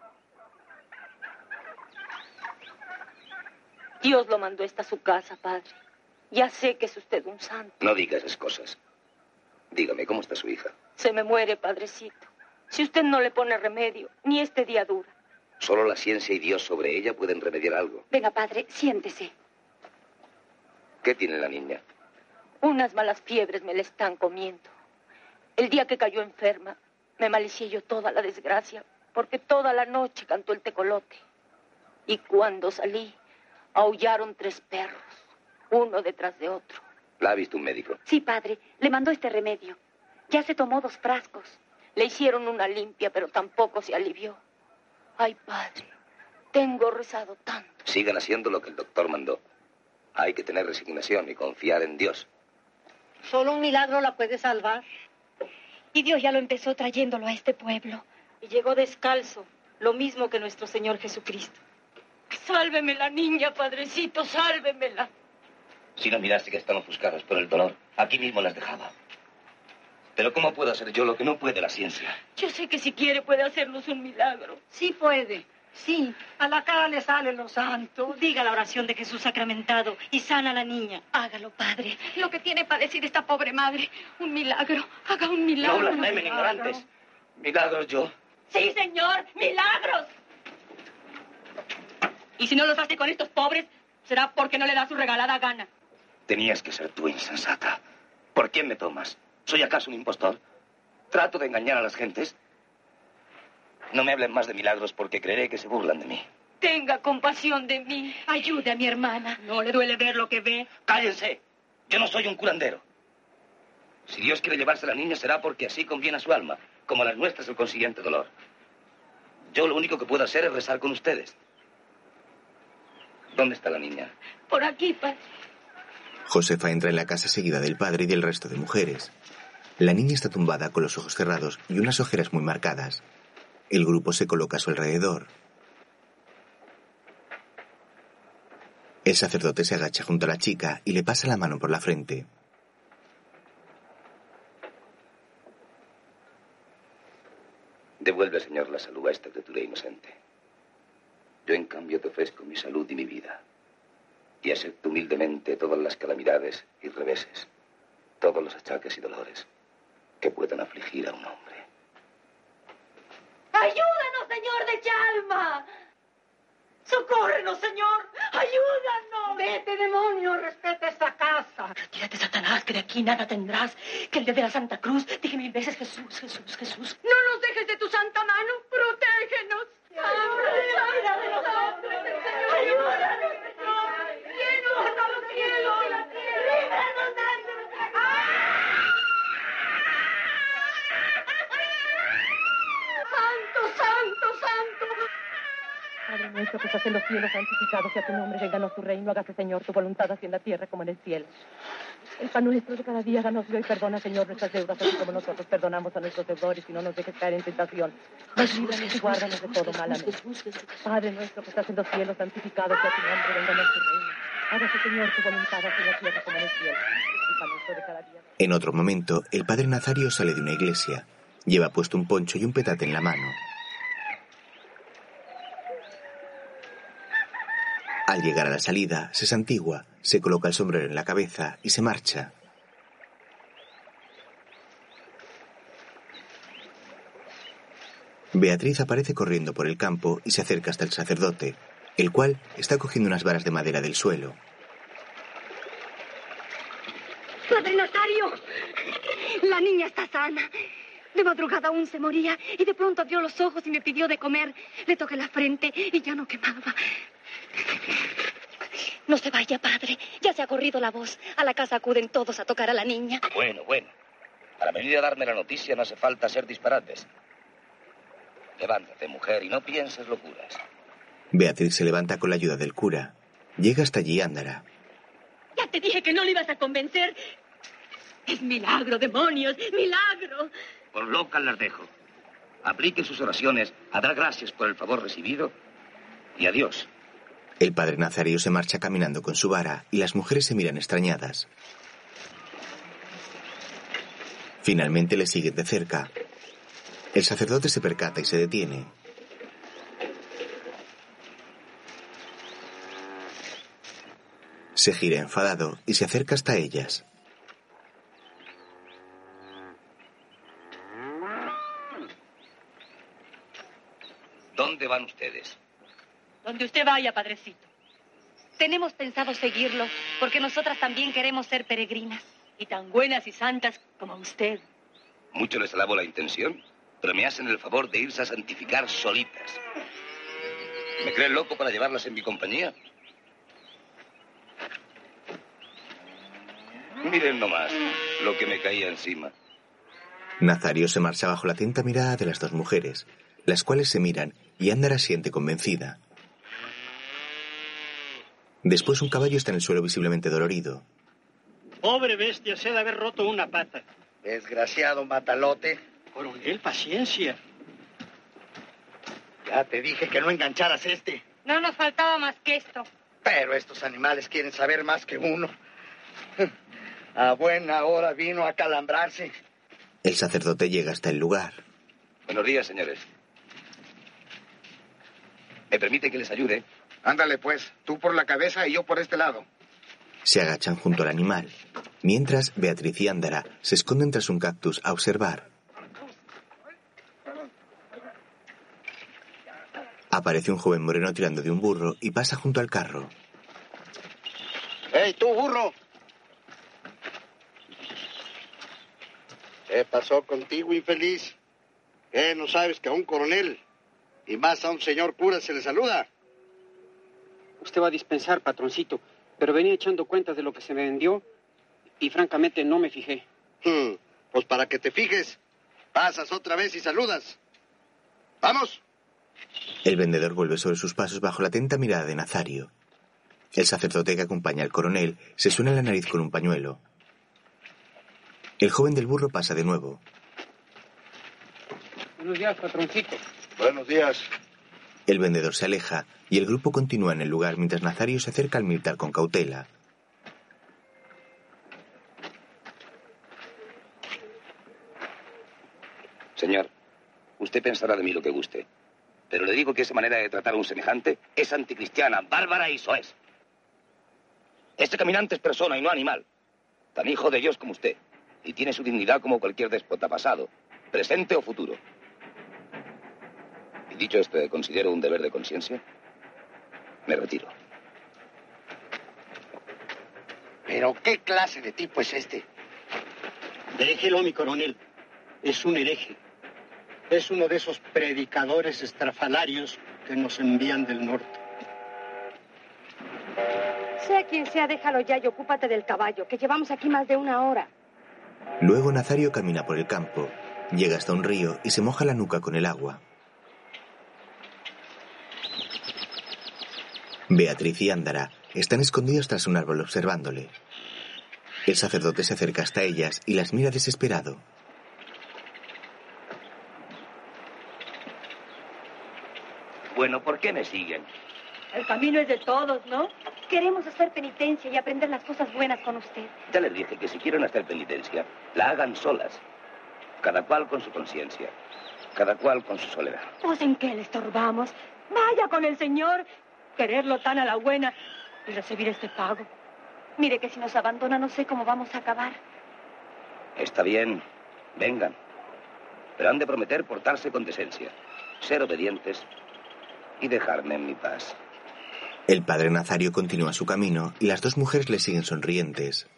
Dios lo mandó esta a su casa, padre. Ya sé que es usted un santo. No diga esas cosas. Dígame, ¿cómo está su hija? Se me muere, padrecito. Si usted no le pone remedio, ni este día dura. Solo la ciencia y Dios sobre ella pueden remediar algo. Venga, padre, siéntese. ¿Qué tiene la niña? Unas malas fiebres me la están comiendo. El día que cayó enferma, me malicié yo toda la desgracia, porque toda la noche cantó el tecolote. Y cuando salí, aullaron 3 perros, uno detrás de otro. ¿La ha visto un médico? Sí, padre, le mandó este remedio. Ya se tomó 2 frascos. Le hicieron una limpia, pero tampoco se alivió. Ay, padre, tengo rezado tanto. Sigan haciendo lo que el doctor mandó. Hay que tener resignación y confiar en Dios. Solo un milagro la puede salvar. Y Dios ya lo empezó trayéndolo a este pueblo. Y llegó descalzo, lo mismo que nuestro Señor Jesucristo. Sálveme la niña, padrecito, sálvemela. Si no miraste que están ofuscadas por el dolor, aquí mismo las dejaba. Pero ¿cómo puedo hacer yo lo que no puede la ciencia? Yo sé que si quiere puede hacernos un milagro. Sí puede. Sí, a la cara le sale lo santo. Diga la oración de Jesús sacramentado y sana a la niña. Hágalo, padre. Lo que tiene para decir esta pobre madre. Un milagro. Haga un milagro. No blasfemen, ignorantes. Milagros yo. Sí, señor. Milagros. Y si no los hace con estos pobres, será porque no le da su regalada gana. Tenías que ser tú, insensata. ¿Por quién me tomas? ¿Soy acaso un impostor? ¿Trato de engañar a las gentes? No me hablen más de milagros porque creeré que se burlan de mí. Tenga compasión de mí. Ayude a mi hermana. ¿No le duele ver lo que ve? ¡Cállense! Yo no soy un curandero. Si Dios quiere llevarse a la niña será porque así conviene a su alma, como a las nuestras el consiguiente dolor. Yo lo único que puedo hacer es rezar con ustedes. ¿Dónde está la niña? Por aquí, padre. Josefa entra en la casa seguida del padre y del resto de mujeres. La niña está tumbada con los ojos cerrados y unas ojeras muy marcadas. El grupo se coloca a su alrededor. El sacerdote se agacha junto a la chica y le pasa la mano por la frente. Devuelve, Señor, la salud a esta criatura inocente. Yo, en cambio, te ofrezco mi salud y mi vida. Y acepto humildemente todas las calamidades y reveses, todos los achaques y dolores que puedan afligir a un hombre. ¡Ayúdanos, Señor de Chalma! ¡Socórrenos, Señor! ¡Ayúdanos! Vete, demonio, respeta esta casa. Ah, retírate, Satanás, que de aquí nada tendrás. Que el día de la Santa Cruz, dije 1000 veces Jesús, Jesús, Jesús. No nos dejes de tu santa mano, protégenos. Ayúdanos de nosotros, Señor. Ayúdanos, Señor. Llenos hasta los cielos y la tierra. Líbranos, Santo, santo, santo. Padre nuestro que estás en los cielos, santificado sea tu nombre, vénganos tu reino, hágase, Señor, tu voluntad así en la tierra como en el cielo. El pan nuestro de cada día, danos hoy, perdona, Señor, nuestras deudas, así como nosotros perdonamos a nuestros deudores, y no nos dejes caer en tentación. Mas líbranos y guárdanos de todo mal. Amén. Padre nuestro que estás en los cielos, santificado sea tu nombre, vénganos tu reino. Hágase, Señor, tu voluntad así en la tierra como en el cielo. El pan nuestro de cada día. En otro momento, el padre Nazario sale de una iglesia. Lleva puesto un poncho y un petate en la mano. Al llegar a la salida, se santigua, se coloca el sombrero en la cabeza y se marcha. Beatriz aparece corriendo por el campo y se acerca hasta el sacerdote, el cual está cogiendo unas varas de madera del suelo. Padre Nazario, la niña está sana. De madrugada aún se moría y de pronto abrió los ojos y me pidió de comer. Le toqué la frente y ya no quemaba. No se vaya, padre. Ya se ha corrido la voz. A la casa acuden todos a tocar a la niña. Bueno. Para venir a darme la noticia no hace falta ser disparates. Levántate, mujer, y no pienses locuras. Beatriz se levanta con la ayuda del cura. Llega hasta allí Ándara. Ya te dije que no le ibas a convencer. Es milagro, demonios, milagro. Por loca las dejo. Aplique sus oraciones a dar gracias por el favor recibido y adiós. El padre Nazario se marcha caminando con su vara y las mujeres se miran extrañadas. Finalmente le siguen de cerca. El sacerdote se percata y se detiene. Se gira enfadado y se acerca hasta ellas. ¿Dónde van ustedes? Donde usted vaya, padrecito. Tenemos pensado seguirlo, porque nosotras también queremos ser peregrinas. Y tan buenas y santas como usted. Mucho les alabo la intención, pero me hacen el favor de irse a santificar solitas. ¿Me creen loco para llevarlas en mi compañía? Miren nomás lo que me caía encima. Nazario se marcha bajo la atenta mirada de las dos mujeres, las cuales se miran y Ándara siente convencida. Después un caballo está en el suelo visiblemente dolorido. Pobre bestia, se ha de haber roto una pata. Desgraciado matalote. Coronel, paciencia. Ya te dije que no engancharas este. No nos faltaba más que esto. Pero estos animales quieren saber más que uno. A buena hora vino a calambrarse. El sacerdote llega hasta el lugar. Buenos días, señores. ¿Me permite que les ayude? Ándale, pues. Tú por la cabeza y yo por este lado. Se agachan junto al animal. Mientras, Beatriz y Ándara se esconden tras un cactus a observar. Aparece un joven moreno tirando de un burro y pasa junto al carro. ¡Ey, tú, burro! ¿Qué pasó contigo, infeliz? ¿Qué, no sabes que a un coronel y más a un señor cura se le saluda? Usted va a dispensar, patroncito, pero venía echando cuentas de lo que se me vendió y francamente no me fijé. Pues para que te fijes, pasas otra vez y saludas. ¡Vamos! El vendedor vuelve sobre sus pasos bajo la atenta mirada de Nazario. El sacerdote que acompaña al coronel se suena la nariz con un pañuelo. El joven del burro pasa de nuevo. Buenos días, patroncito. Buenos días. El vendedor se aleja y el grupo continúa en el lugar mientras Nazario se acerca al militar con cautela. Señor, usted pensará de mí lo que guste, pero le digo que esa manera de tratar a un semejante es anticristiana, bárbara y soez. Este caminante es persona y no animal, tan hijo de Dios como usted, y tiene su dignidad como cualquier déspota pasado, presente o futuro. Y dicho esto, considero un deber de conciencia, me retiro. Pero, ¿qué clase de tipo es este? Déjelo, mi coronel. Es un hereje. Es uno de esos predicadores estrafalarios que nos envían del norte. Sea quien sea, déjalo ya y ocúpate del caballo, que llevamos aquí más de 1 hora. Luego Nazario camina por el campo, llega hasta un río y se moja la nuca con el agua. Beatriz y Ándara están escondidos tras un árbol observándole. El sacerdote se acerca hasta ellas y las mira desesperado. Bueno, ¿por qué me siguen? El camino es de todos, ¿no? Queremos hacer penitencia y aprender las cosas buenas con usted. Ya les dije que si quieren hacer penitencia, la hagan solas. Cada cual con su conciencia. Cada cual con su soledad. Pues ¿en qué le estorbamos? Vaya con el Señor. Quererlo tan a la buena y recibir este pago. Mire que si nos abandona no sé cómo vamos a acabar. Está bien, vengan. Pero han de prometer portarse con decencia, ser obedientes y dejarme en mi paz. El padre Nazario continúa su camino y las dos mujeres le siguen sonrientes.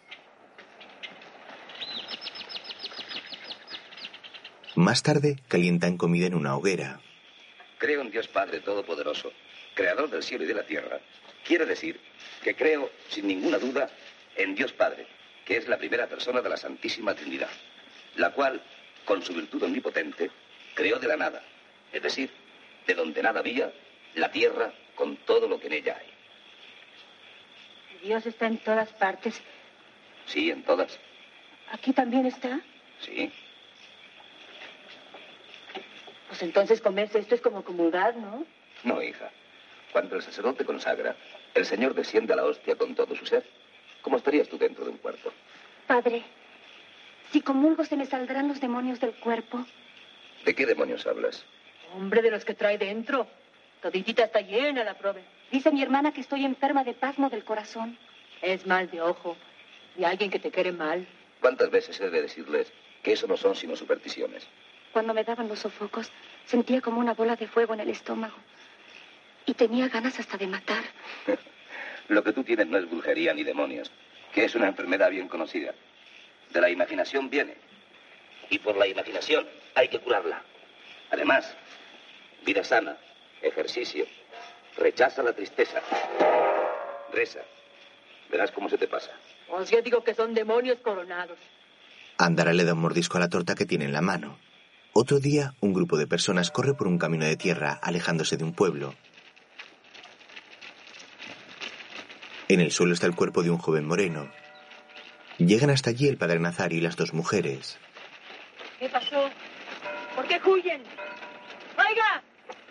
Más tarde, calientan comida en una hoguera. Creo en Dios Padre Todopoderoso, Creador del cielo y de la tierra. Quiere decir que creo, sin ninguna duda, en Dios Padre, que es la primera persona de la Santísima Trinidad, la cual, con su virtud omnipotente, creó de la nada, es decir, de donde nada había, la tierra con todo lo que en ella hay. Dios está en todas partes. Sí, en todas. ¿Aquí también está? Sí. Pues entonces comerse esto es como comulgar, ¿no? No, hija. Cuando el sacerdote consagra, el Señor desciende a la hostia con todo su ser. ¿Cómo estarías tú dentro de un cuerpo? Padre, si comulgo se me saldrán los demonios del cuerpo. ¿De qué demonios hablas? Hombre, de los que trae dentro. Toditita está llena la prove. Dice mi hermana que estoy enferma de pasmo del corazón. Es mal de ojo. Y alguien que te quiere mal. ¿Cuántas veces he de decirles que eso no son sino supersticiones? Cuando me daban los sofocos, sentía como una bola de fuego en el estómago. Y tenía ganas hasta de matar. Lo que tú tienes no es brujería ni demonios, que es una enfermedad bien conocida. De la imaginación viene. Y por la imaginación hay que curarla. Además, vida sana, ejercicio, rechaza la tristeza, reza. Verás cómo se te pasa. Os yo digo que son demonios coronados. Ándara le da un mordisco a la torta que tiene en la mano. Otro día, un grupo de personas corre por un camino de tierra, alejándose de un pueblo. En el suelo está el cuerpo de un joven moreno. Llegan hasta allí el padre Nazario y las dos mujeres. ¿Qué pasó? ¿Por qué huyen? ¡Oiga!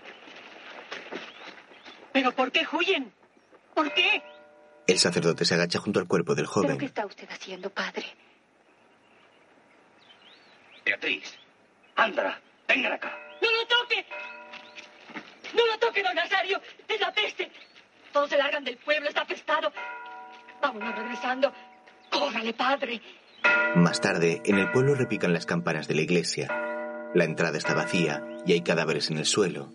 ¿Pero por qué huyen? ¿Por qué? El sacerdote se agacha junto al cuerpo del ¿Pero joven. qué está usted haciendo, padre? Beatriz, Ándara, vengan acá. ¡No lo toque! ¡No lo toque, don Nazario! ¡Es la peste! Todos se largan del pueblo, está apestado. Vámonos regresando. ¡Córrale, padre! Más tarde, en el pueblo repican las campanas de la iglesia. La entrada está vacía y hay cadáveres en el suelo.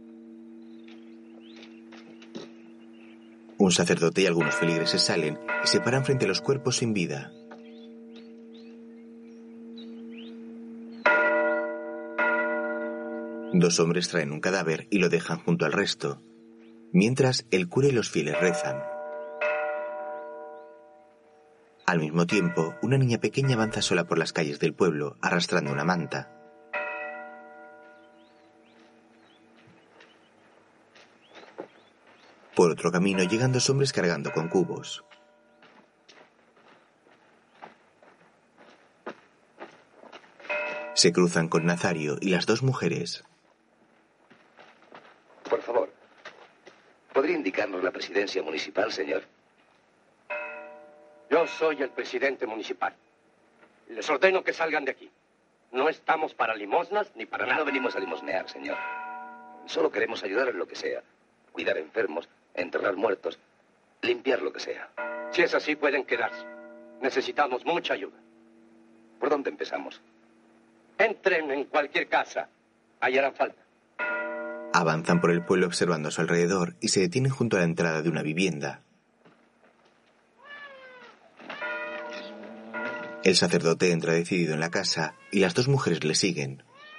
Un sacerdote y algunos feligreses salen y se paran frente a los cuerpos sin vida. Dos hombres traen un cadáver y lo dejan junto al resto. Mientras, el cura y los fieles rezan. Al mismo tiempo, una niña pequeña avanza sola por las calles del pueblo, arrastrando una manta. Por otro camino llegan dos hombres cargando con cubos. Se cruzan con Nazario y las dos mujeres. Por favor, ¿podría indicarnos la presidencia municipal, señor? Yo soy el presidente municipal. Les ordeno que salgan de aquí. No estamos para limosnas ni para nada. No venimos a limosnear, señor. Solo queremos ayudar en lo que sea. Cuidar enfermos, enterrar muertos, limpiar lo que sea. Si es así, pueden quedarse. Necesitamos mucha ayuda. ¿Por dónde empezamos? Entren en cualquier casa. Ahí harán falta. Avanzan por el pueblo observando a su alrededor y se detienen junto a la entrada de una vivienda. El sacerdote entra decidido en la casa y las dos mujeres le siguen.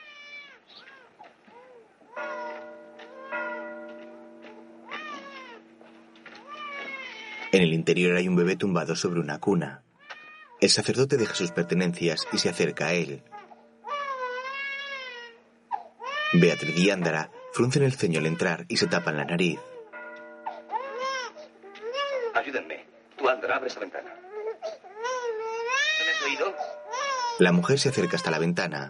En el interior hay un bebé tumbado sobre una cuna. El sacerdote deja sus pertenencias y se acerca a él. Beatriz y Ándara fruncen el ceño al entrar y se tapan la nariz. Ayúdenme. Tú, Ándara, abre esa ventana. ¿No me has oído? La mujer se acerca hasta la ventana.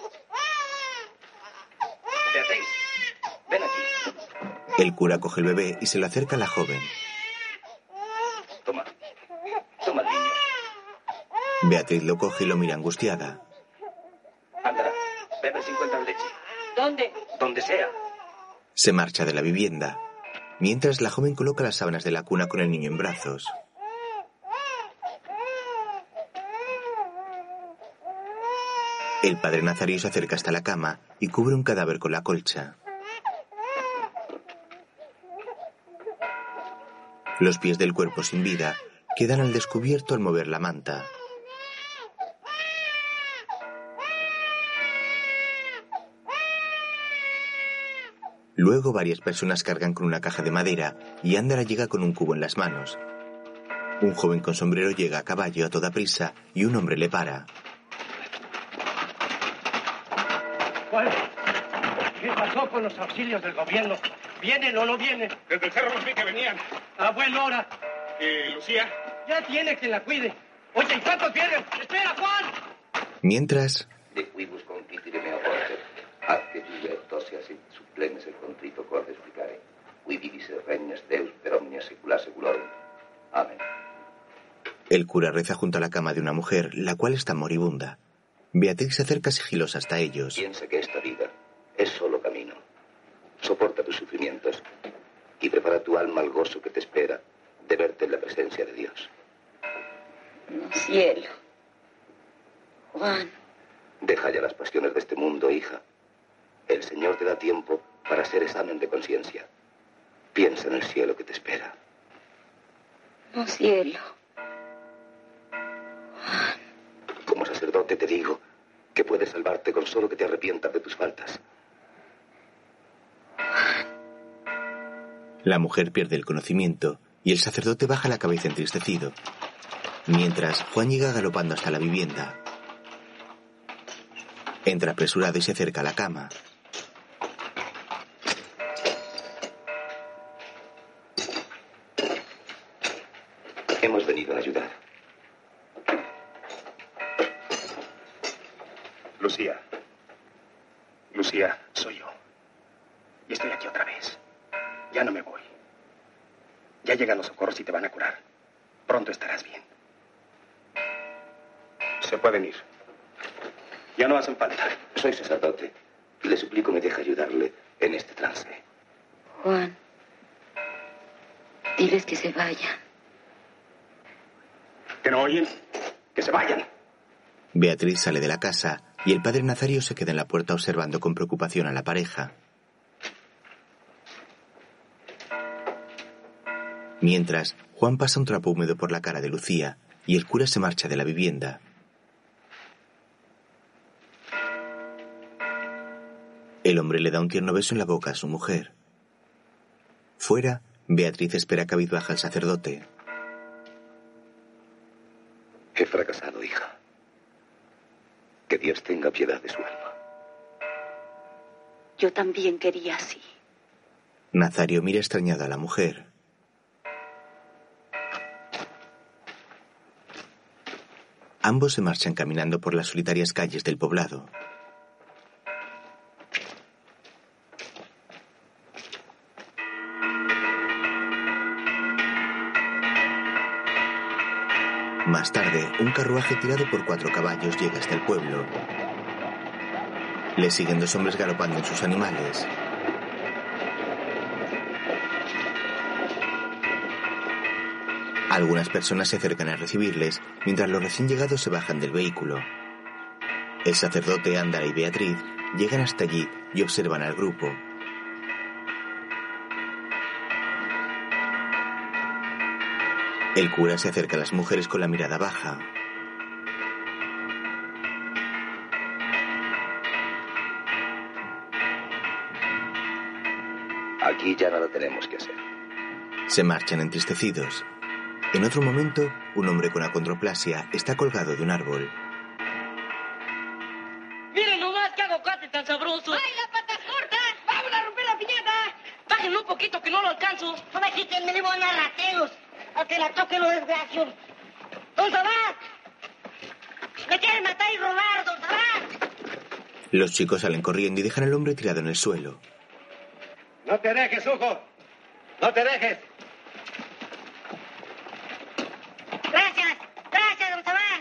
Beatriz, ven aquí. El cura coge el bebé y se lo acerca a la joven. Toma. Toma al niño. Beatriz lo coge y lo mira angustiada. Ándara, bebe 50 de leche. ¿Dónde? Donde sea. Se marcha de la vivienda. Mientras la joven coloca las sábanas de la cuna con el niño en brazos. El padre Nazario se acerca hasta la cama y cubre un cadáver con la colcha. Los pies del cuerpo sin vida quedan al descubierto al mover la manta. Luego varias personas cargan con una caja de madera y Ándara llega con un cubo en las manos. Un joven con sombrero llega a caballo a toda prisa y un hombre le para. ¿Cuál? ¿Qué pasó con los auxilios del gobierno? ¿Vienen o no vienen? Desde el cerro los vi que venían. A buena hora. ¿Y Lucía? Ya tiene quien la cuide. Oye, ¿y cuántos vienen? ¡Espera, Juan! Mientras... De quibus confitire meo porter, ad que libertosia sit supplenes el contrito cor de explicare, qui vivis regnas Deus per omnia secula seculorum. Amén. El cura reza junto a la cama de una mujer, la cual está moribunda. Beatriz se acerca sigilosa hasta ellos. Piensa que esta vida es solo camino. Soporta tus sufrimientos y prepara tu alma al gozo que te espera de verte en la presencia de Dios. No, cielo. Juan. Deja ya las pasiones de este mundo, hija. El Señor te da tiempo para hacer examen de conciencia. Piensa en el cielo que te espera. No, cielo. Como sacerdote te digo que puedes salvarte con solo que te arrepientas de tus faltas. La mujer pierde el conocimiento y el sacerdote baja la cabeza entristecido. Mientras, Juan llega galopando hasta la vivienda. Entra apresurado y se acerca a la cama. Hemos venido a ayudar. Lucía. Lucía, soy yo. Y estoy aquí otra vez. Ya no me voy. Ya llegan los socorros y te van a curar. Pronto estarás bien. Se pueden ir. Ya no hacen falta. Soy sacerdote. Le suplico me deje ayudarle en este trance. Juan, diles que se vayan. ¿Que no oyen? ¡Que se vayan! Beatriz sale de la casa y el padre Nazario se queda en la puerta observando con preocupación a la pareja. Mientras, Juan pasa un trapo húmedo por la cara de Lucía y el cura se marcha de la vivienda. El hombre le da un tierno beso en la boca a su mujer. Fuera, Beatriz espera cabizbaja al sacerdote. He fracasado, hija. Que Dios tenga piedad de su alma. Yo también quería así. Nazario mira extrañado a la mujer. Ambos se marchan caminando por las solitarias calles del poblado. Más tarde, un carruaje tirado por 4 caballos llega hasta el pueblo. Le siguen 2 hombres galopando en sus animales. Algunas personas se acercan a recibirles, mientras los recién llegados se bajan del vehículo. El sacerdote, Ándara y Beatriz llegan hasta allí y observan al grupo. El cura se acerca a las mujeres con la mirada baja. Aquí ya nada tenemos que hacer. Se marchan entristecidos. En otro momento, un hombre con acondroplasia está colgado de un árbol. Miren nomás qué aguacate tan sabroso. ¡Ay, las patas cortas! ¡Vamos a romper la piñata! Bájenme un poquito que no lo alcanzo. No me quiten, me llevo a rateros. A que la toque los desgracios. ¡Don Sabás! ¡Me quieren matar y robar, don Sabás! Los chicos salen corriendo y dejan al hombre tirado en el suelo. No te dejes, Hugo. No te dejes. Gracias, gracias, don Sabás.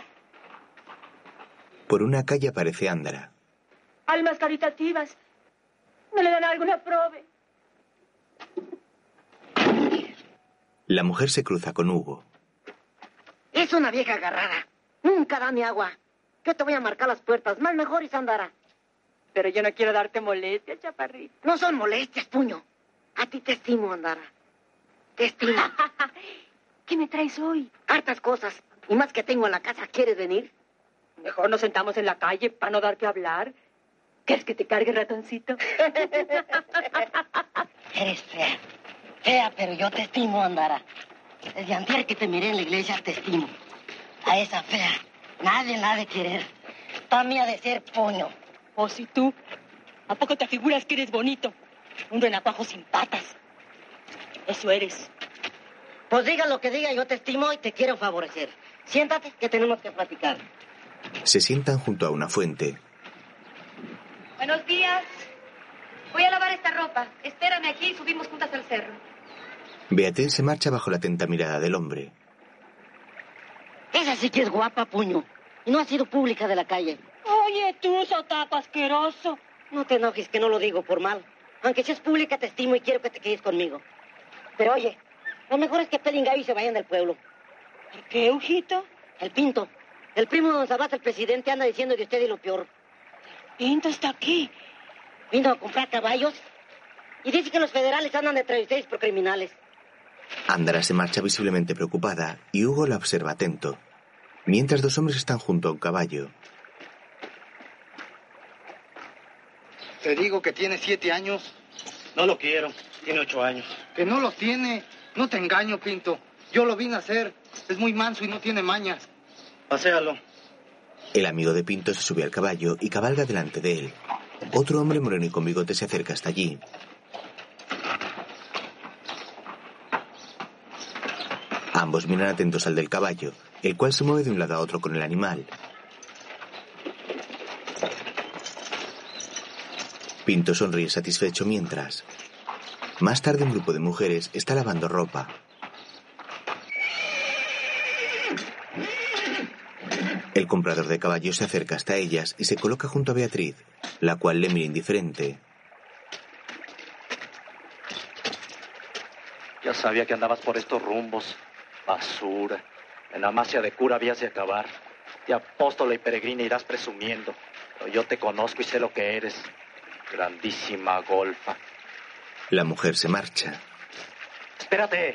Por una calle aparece Ándara. Almas caritativas. ¿No le dan alguna prove? La mujer se cruza con Hugo. Es una vieja agarrada. Nunca da mi agua. Yo te voy a marcar las puertas. Más mejor, Isandara. Pero yo no quiero darte molestias, chaparrito. No son molestias, puño. A ti te estimo, Andara. Te estimo. ¿Qué me traes hoy? Hartas cosas. Y más que tengo en la casa. ¿Quieres venir? Mejor nos sentamos en la calle para no darte a hablar. ¿Quieres que te cargue, ratoncito? Eres fea. Fea, pero yo te estimo, Andara. Desde antier que te miré en la iglesia, te estimo. A esa fea, nadie la ha de querer. Pa' mí ha de ser puño. ¿O si tú? ¿A poco te figuras que eres bonito? Un renacuajo sin patas. Eso eres. Pues diga lo que diga, yo te estimo y te quiero favorecer. Siéntate, que tenemos que platicar. Se sientan junto a una fuente. Buenos días. Voy a lavar esta ropa. Espérame aquí y subimos juntas al cerro. Beatriz se marcha bajo la atenta mirada del hombre. Esa sí que es guapa, puño. Y no ha sido pública de la calle. Oye, tú, sotaco asqueroso. No te enojes, que no lo digo por mal. Aunque si es pública, te estimo y quiero que te quedes conmigo. Pero oye, lo mejor es que pelen gallo y se vayan del pueblo. ¿Por qué, Ujito? El Pinto. El primo de don Sabás, el presidente, anda diciendo de usted y lo peor. Pinto está aquí. Vino a comprar caballos y dice que los federales andan detrás de ustedes por criminales. Ándara se marcha visiblemente preocupada y Hugo la observa atento. Mientras dos hombres están junto a un caballo. Te digo que tiene 7 años. No lo quiero. Tiene 8 años. Que no lo tiene. No te engaño, Pinto. Yo lo vine a hacer. Es muy manso y no tiene mañas. Paséalo. El amigo de Pinto se sube al caballo y cabalga delante de él. Otro hombre moreno y con bigote se acerca hasta allí. Ambos miran atentos al del caballo, el cual se mueve de un lado a otro con el animal. Pinto sonríe satisfecho mientras. Más tarde un grupo de mujeres está lavando ropa. El comprador de caballos se acerca hasta ellas y se coloca junto a Beatriz, la cual le mira indiferente. Ya sabía que andabas por estos rumbos. Basura. En Amasia de cura habías de acabar. De apóstola y peregrina irás presumiendo. Pero yo te conozco y sé lo que eres. Grandísima golfa. La mujer se marcha. Espérate.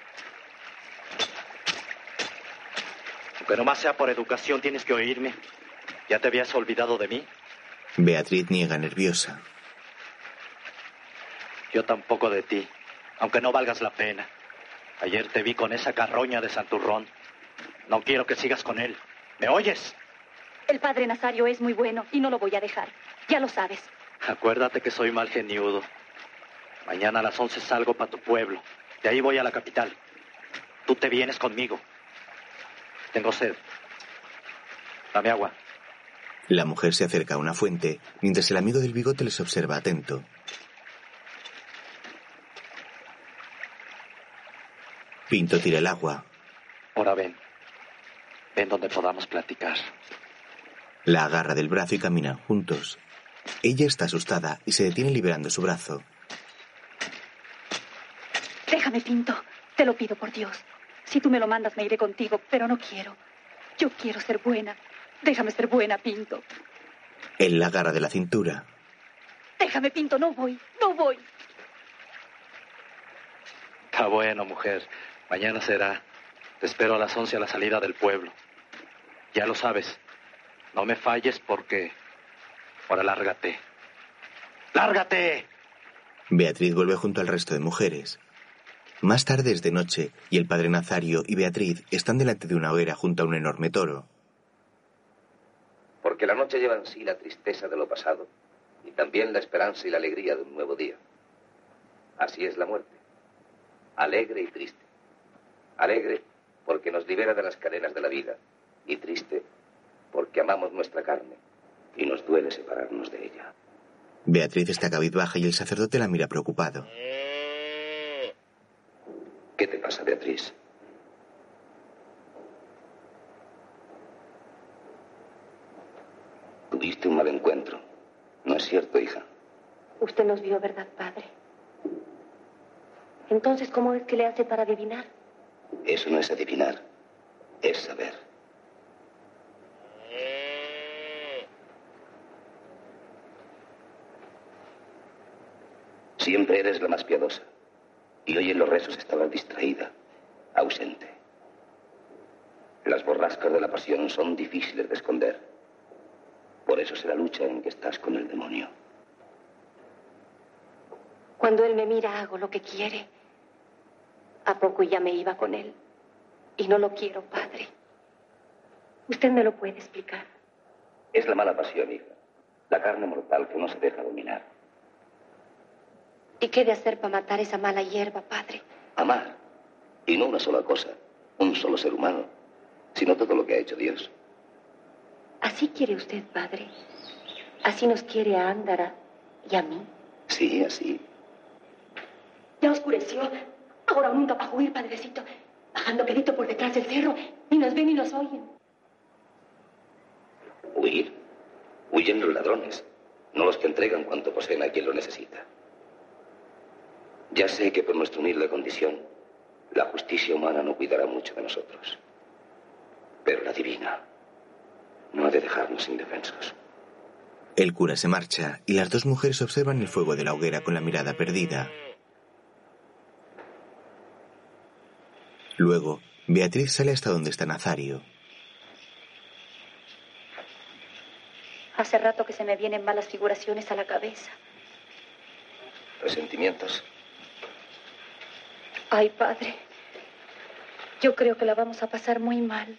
Aunque nomás sea por educación, tienes que oírme. ¿Ya te habías olvidado de mí? Beatriz niega nerviosa. Yo tampoco de ti, aunque no valgas la pena. Ayer te vi con esa carroña de Santurrón. No quiero que sigas con él. ¿Me oyes? El padre Nazario es muy bueno y no lo voy a dejar. Ya lo sabes. Acuérdate que soy mal geniudo. Mañana a las 11 salgo para tu pueblo. De ahí voy a la capital. Tú te vienes conmigo. Tengo sed. Dame agua. La mujer se acerca a una fuente, mientras el amigo del bigote les observa atento. Pinto tira el agua. Ahora ven. Ven donde podamos platicar. La agarra del brazo y caminan juntos. Ella está asustada y se detiene liberando su brazo. Déjame, Pinto. Te lo pido por Dios. Si tú me lo mandas, me iré contigo, pero no quiero. Yo quiero ser buena. Déjame ser buena, Pinto. Él la agarra de la cintura. Déjame, Pinto. No voy. No voy. Está bueno, mujer. Mañana será. Te espero a las 11 a la salida del pueblo. Ya lo sabes. No me falles porque... Ahora lárgate. ¡Lárgate! Beatriz vuelve junto al resto de mujeres. Más tarde es de noche y el padre Nazario y Beatriz están delante de una hoguera junto a un enorme toro. Porque la noche lleva en sí la tristeza de lo pasado y también la esperanza y la alegría de un nuevo día. Así es la muerte, alegre y triste. Alegre porque nos libera de las cadenas de la vida y triste porque amamos nuestra carne y nos duele separarnos de ella. Beatriz está cabizbaja y el sacerdote la mira preocupado. ¿Qué te pasa, Beatriz? Tuviste un mal encuentro. ¿No es cierto, hija? Usted nos vio, ¿verdad, padre? Entonces, ¿cómo es que le hace para adivinar? Eso no es adivinar, es saber. Siempre eres la más piadosa. Y hoy en los rezos estabas distraída, ausente. Las borrascas de la pasión son difíciles de esconder. Por eso es la lucha en que estás con el demonio. Cuando él me mira, hago lo que quiere. ¿A poco ya me iba con él? Y no lo quiero, padre. ¿Usted me lo puede explicar? Es la mala pasión, hija. La carne mortal que no se deja dominar. ¿Y qué de hacer para matar esa mala hierba, padre? Amar. Y no una sola cosa, un solo ser humano, sino todo lo que ha hecho Dios. ¿Así quiere usted, padre? ¿Así nos quiere a Ándara y a mí? Sí, así. Ya oscureció. Ahora o nunca para huir, padrecito. Bajando quedito por detrás del cerro. Ni nos ven ni nos oyen. ¿Huir? Huyen los ladrones, no los que entregan cuanto poseen a quien lo necesita. Ya sé que por nuestra humilde condición, la justicia humana no cuidará mucho de nosotros. Pero la divina no ha de dejarnos indefensos. El cura se marcha y las dos mujeres observan el fuego de la hoguera con la mirada perdida. Luego, Beatriz sale hasta donde está Nazario. Hace rato que se me vienen malas figuraciones a la cabeza. ¿Resentimientos? Ay, padre, yo creo que la vamos a pasar muy mal.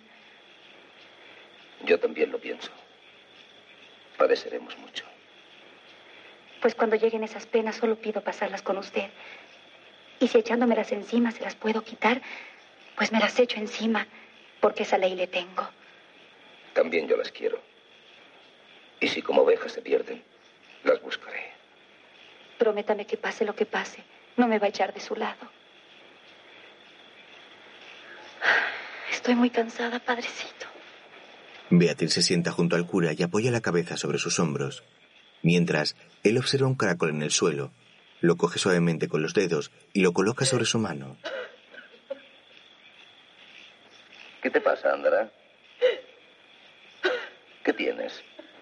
Yo también lo pienso. Padeceremos mucho. Pues cuando lleguen esas penas solo pido pasarlas con usted. Y si echándomelas encima se las puedo quitar, pues me las echo encima, porque esa ley le tengo. También yo las quiero. Y si como ovejas se pierden, las buscaré. Prométame que pase lo que pase, no me va a echar de su lado. Estoy muy cansada, padrecito. Beatriz se sienta junto al cura y apoya la cabeza sobre sus hombros. Mientras, él observa un caracol en el suelo, lo coge suavemente con los dedos y lo coloca sobre su mano. ¿Qué te pasa, Ándara? ¿Qué tienes?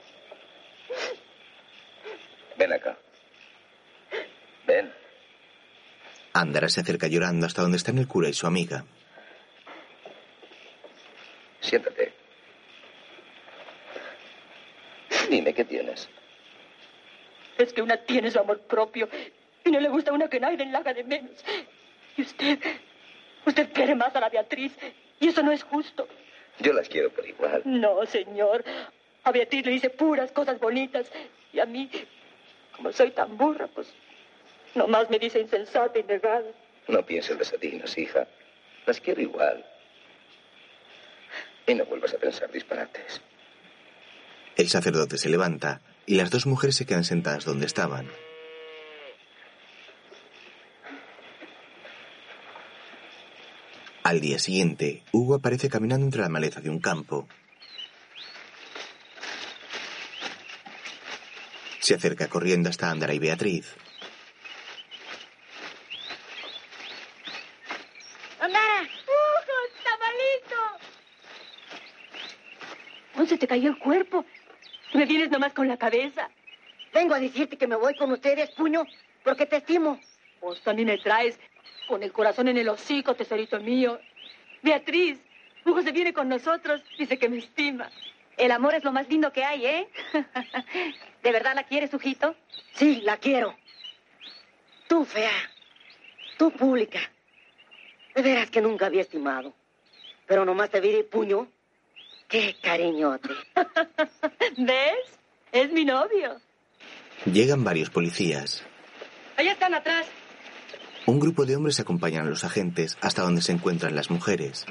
Ven acá. Ven. Ándara se acerca llorando hasta donde están el cura y su amiga. Siéntate. Dime, ¿qué tienes? Es que una tiene su amor propio y no le gusta a una que nadie la haga de menos. Y usted quiere más a la Beatriz y eso no es justo. Yo las quiero por igual. No, señor. A Beatriz le dice puras cosas bonitas y a mí, como soy tan burra, pues nomás me dice insensata y negada. No pienses desatinos, hija. Las quiero igual. Y no vuelvas a pensar disparates. El sacerdote se levanta y las dos mujeres se quedan sentadas donde estaban. Al día siguiente, Hugo aparece caminando entre la maleza de un campo. Se acerca corriendo hasta Ándara y Beatriz. ¡Ándara! ¡Hugo, tamalito! ¿Dónde se te cayó el cuerpo? Me vienes nomás con la cabeza. Vengo a decirte que me voy con ustedes, puño, porque te estimo. Pues también me traes con el corazón en el hocico, tesorito mío. Beatriz, Hugo se viene con nosotros, dice que me estima. El amor es lo más lindo que hay, ¿eh? ¿De verdad la quieres, Hujito? Sí, la quiero. Tú, fea. Tú, pública. De veras que nunca había estimado. Pero nomás te vi de puño. ¡Qué cariñote! ¿Ves? Es mi novio. Llegan varios policías. Allá están atrás. Un grupo de hombres acompañan a los agentes hasta donde se encuentran las mujeres.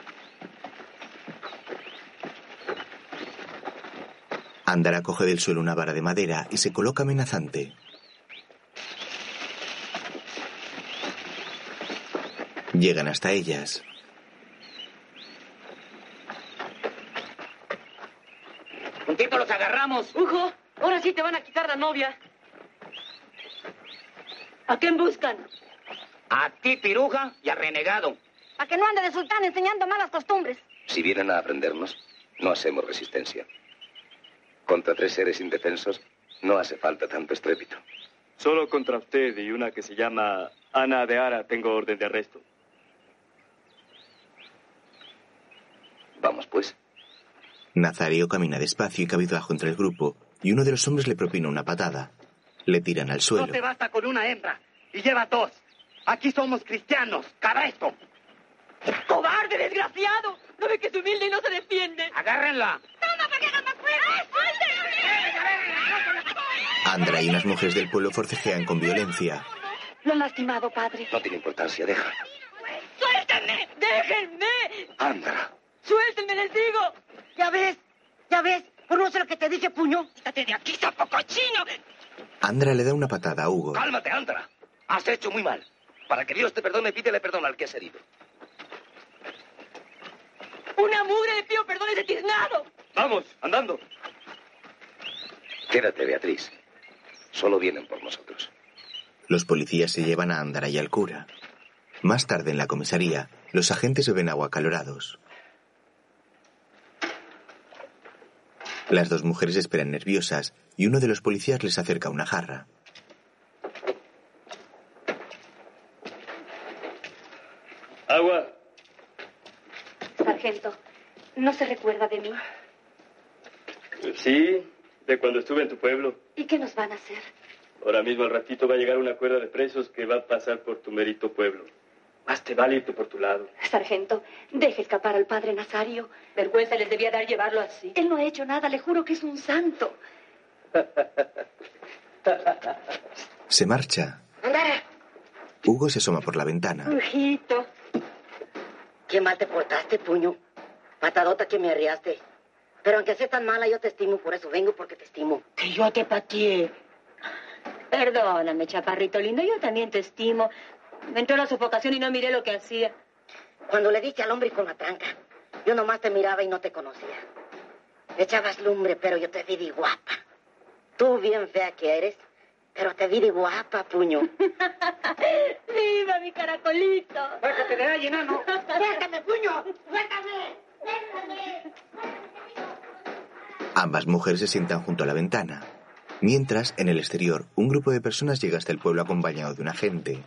Andara coge del suelo una vara de madera y se coloca amenazante. Llegan hasta ellas. Juntito los agarramos. Ujo, ahora sí te van a quitar la novia. ¿A quién buscan? A ti, piruja, y a renegado. A que no ande de sultán enseñando malas costumbres. Si vienen a aprendernos, no hacemos resistencia. Contra 3 seres indefensos no hace falta tanto estrépito. Solo contra usted y una que se llama Ana de Ara tengo orden de arresto. Vamos, pues. Nazario camina despacio y cabizbajo entre el grupo, y uno de los hombres le propina una patada. Le tiran al suelo. No te basta con una hembra y lleva 2. Aquí somos cristianos, carajo. ¡Cobarde, desgraciado! ¿No ve que es humilde y no se defiende? ¡Agárrenla! ¡Toma, para que hagas más fuerte! Andra y unas mujeres del pueblo forcejean con violencia. Lo han lastimado, padre. No tiene importancia, deja. ¡Suéltenme! ¡Déjenme! Andra. ¡Suéltenme, les digo! ¿Ya ves? ¿Ya ves? Por no ser lo que te dije, puño. ¡Quítate de aquí, sapo cochino! Andra le da una patada a Hugo. Cálmate, Andra. Has hecho muy mal. Para que Dios te perdone, pídele perdón al que has herido. ¡Una mugre le pido perdón a ese tiznado! Vamos, andando. Quédate, Beatriz. Solo vienen por nosotros. Los policías se llevan a Andara y al cura. Más tarde en la comisaría, los agentes beben agua acalorados. Las dos mujeres esperan nerviosas y uno de los policías les acerca una jarra. Agua. Sargento, ¿no se recuerda de mí? Sí, de cuando estuve en tu pueblo. ¿Y qué nos van a hacer? Ahora mismo al ratito va a llegar una cuerda de presos que va a pasar por tu merito pueblo. Más te vale irte por tu lado. Sargento, deje escapar al padre Nazario. Vergüenza les debía dar llevarlo así. Él no ha hecho nada, le juro que es un santo. Se marcha. Andara. Hugo se asoma por la ventana. Hijito. Qué mal te portaste, puño. Patadota que me arriaste. Pero aunque sea tan mala, yo te estimo, por eso vengo, porque te estimo. Que yo te pateé. Perdóname, chaparrito lindo, yo también te estimo. Me entró la sofocación y no miré lo que hacía. Cuando le diste al hombre con la tranca, yo nomás te miraba y no te conocía. Me echabas lumbre, pero yo te vi de guapa. Tú bien fea que eres, pero te vi de guapa, puño. ¡Viva mi caracolito! ¡Bájate de ahí, enano! ¡Suéltame, puño! ¡Suéltame! Ambas mujeres se sientan junto a la ventana. Mientras, en el exterior, un grupo de personas llega hasta el pueblo acompañado de un agente.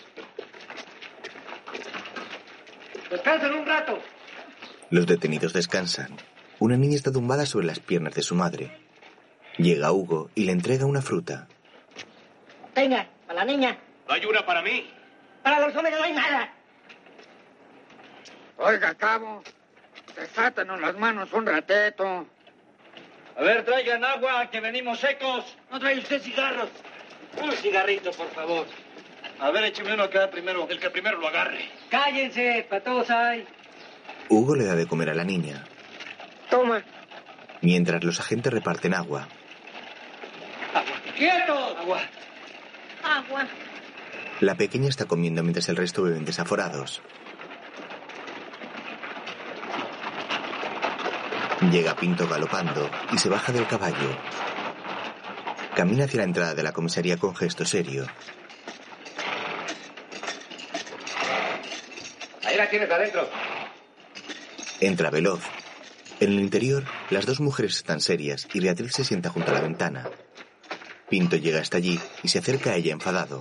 ¡Descansen un rato! Los detenidos descansan. Una niña está tumbada sobre las piernas de su madre. Llega Hugo y le entrega una fruta. Tenga, para la niña. ¿No hay una para mí? Para los hombres no hay nada. Oiga, cabo, desátanos las manos un rateto. A ver, traigan agua, que venimos secos. ¿No trae usted cigarros? Un cigarrito, por favor. A ver, écheme uno acá primero. El que primero lo agarre. Cállense, para todos hay. Hugo le da de comer a la niña. Toma. Mientras los agentes reparten agua. ¡Quietos! Agua. Agua. La pequeña está comiendo mientras el resto beben desaforados. Llega Pinto galopando y se baja del caballo. Camina hacia la entrada de la comisaría con gesto serio. Ahí la tienes adentro. Entra veloz. En el interior, las dos mujeres están serias y Beatriz se sienta junto a la ventana. Pinto llega hasta allí y se acerca a ella enfadado.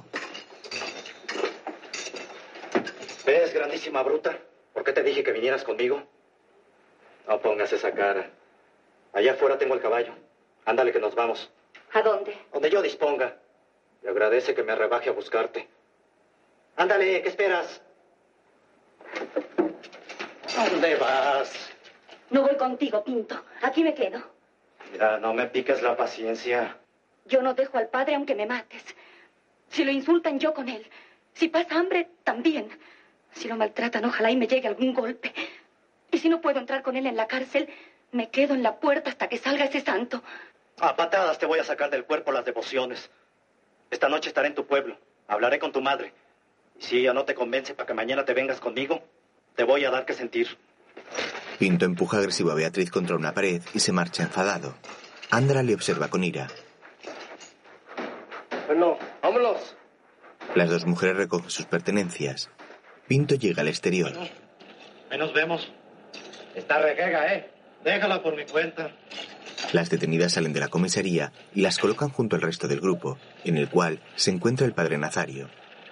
¿Ves, grandísima bruta? ¿Por qué te dije que vinieras conmigo? No pongas esa cara. Allá afuera tengo el caballo. Ándale que nos vamos. ¿A dónde? Donde yo disponga. Y agradece que me rebaje a buscarte. Ándale, ¿qué esperas? ¿Dónde vas? No voy contigo, Pinto. Aquí me quedo. Mira, no me piques la paciencia. Yo no dejo al padre aunque me mates. Si lo insultan, yo con él. Si pasa hambre, también. Si lo maltratan, ojalá y me llegue algún golpe. Y si no puedo entrar con él en la cárcel, me quedo en la puerta hasta que salga ese santo. A patadas te voy a sacar del cuerpo las devociones. Esta noche estaré en tu pueblo. Hablaré con tu madre. Y si ella no te convence para que mañana te vengas conmigo, te voy a dar que sentir. Pinto empuja agresivo a Beatriz contra una pared y se marcha enfadado. Andra le observa con ira. Bueno, vámonos. Las dos mujeres recogen sus pertenencias. Pinto llega al exterior. Ahí nos vemos. Está requega, ¿eh? Déjala por mi cuenta. Las detenidas salen de la comisaría y las colocan junto al resto del grupo, en el cual se encuentra el padre Nazario.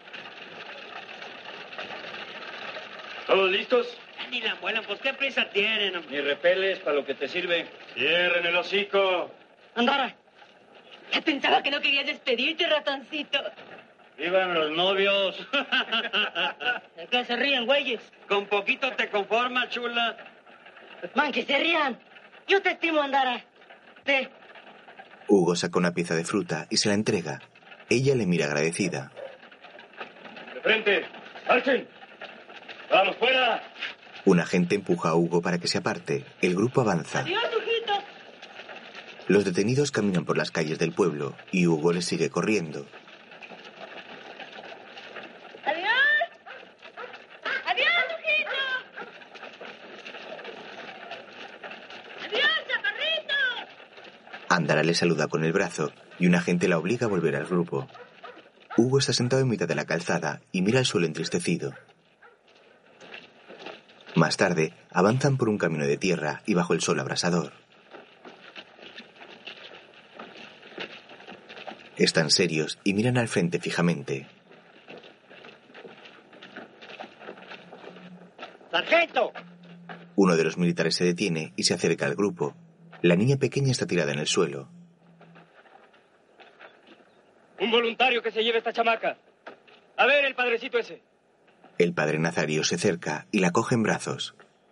¿Todos listos? Ni la muelan, pues qué prisa tienen. Ni repeles para lo que te sirve. Cierren el hocico. Andara, ya pensaba que no querías despedirte, ratoncito. ¡Vivan los novios! ¿De qué se ríen, güeyes? Con poquito te conformas, chula. Man, que se rían. Yo te estimo, Andara. Ve. Hugo saca una pieza de fruta y se la entrega. Ella le mira agradecida. De frente. ¡Marchen! ¡Vamos, fuera! Un agente empuja a Hugo para que se aparte. El grupo avanza. Adiós, hijito. Los detenidos caminan por las calles del pueblo y Hugo les sigue corriendo. Adiós. Adiós, hijito. Adiós, chaparrito. Andara le saluda con el brazo y un agente la obliga a volver al grupo. Hugo está sentado en mitad de la calzada y mira al suelo entristecido. Más tarde, avanzan por un camino de tierra y bajo el sol abrasador. Están serios y miran al frente fijamente. ¡Sargento! Uno de los militares se detiene y se acerca al grupo. La niña pequeña está tirada en el suelo. Un voluntario que se lleve esta chamaca. A ver, el padrecito ese. El padre Nazario se acerca y la coge en brazos.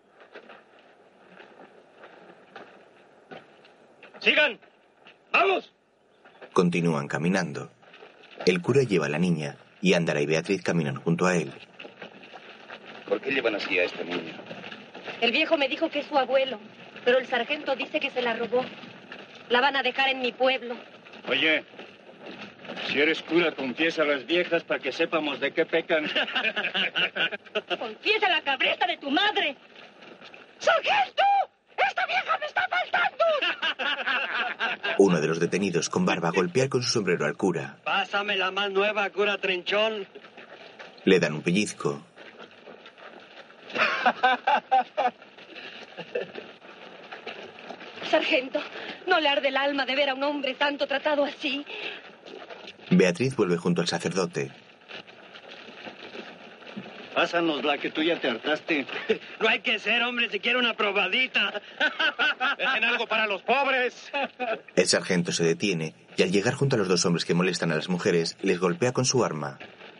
¡Sigan! ¡Vamos! Continúan caminando. El cura lleva a la niña y Andara y Beatriz caminan junto a él. ¿Por qué llevan así a este niño? El viejo me dijo que es su abuelo, pero el sargento dice que se la robó. La van a dejar en mi pueblo. Oye, si eres cura, confiesa a las viejas para que sepamos de qué pecan. Confiesa la cabresta de tu madre. ¡Sargento! ¡Esta vieja me está faltando! Uno de los detenidos con barba golpea con su sombrero al cura. Pásame la más nueva, cura Trenchón. Le dan un pellizco. Sargento, ¿no le arde el alma de ver a un hombre tanto tratado así? Beatriz vuelve junto al sacerdote. Pásanos la que tú ya te hartaste. No hay que ser, hombre, si quiere una probadita. Dejen algo para los pobres. El sargento se detiene y al llegar junto a los dos hombres que molestan a las mujeres, les golpea con su arma.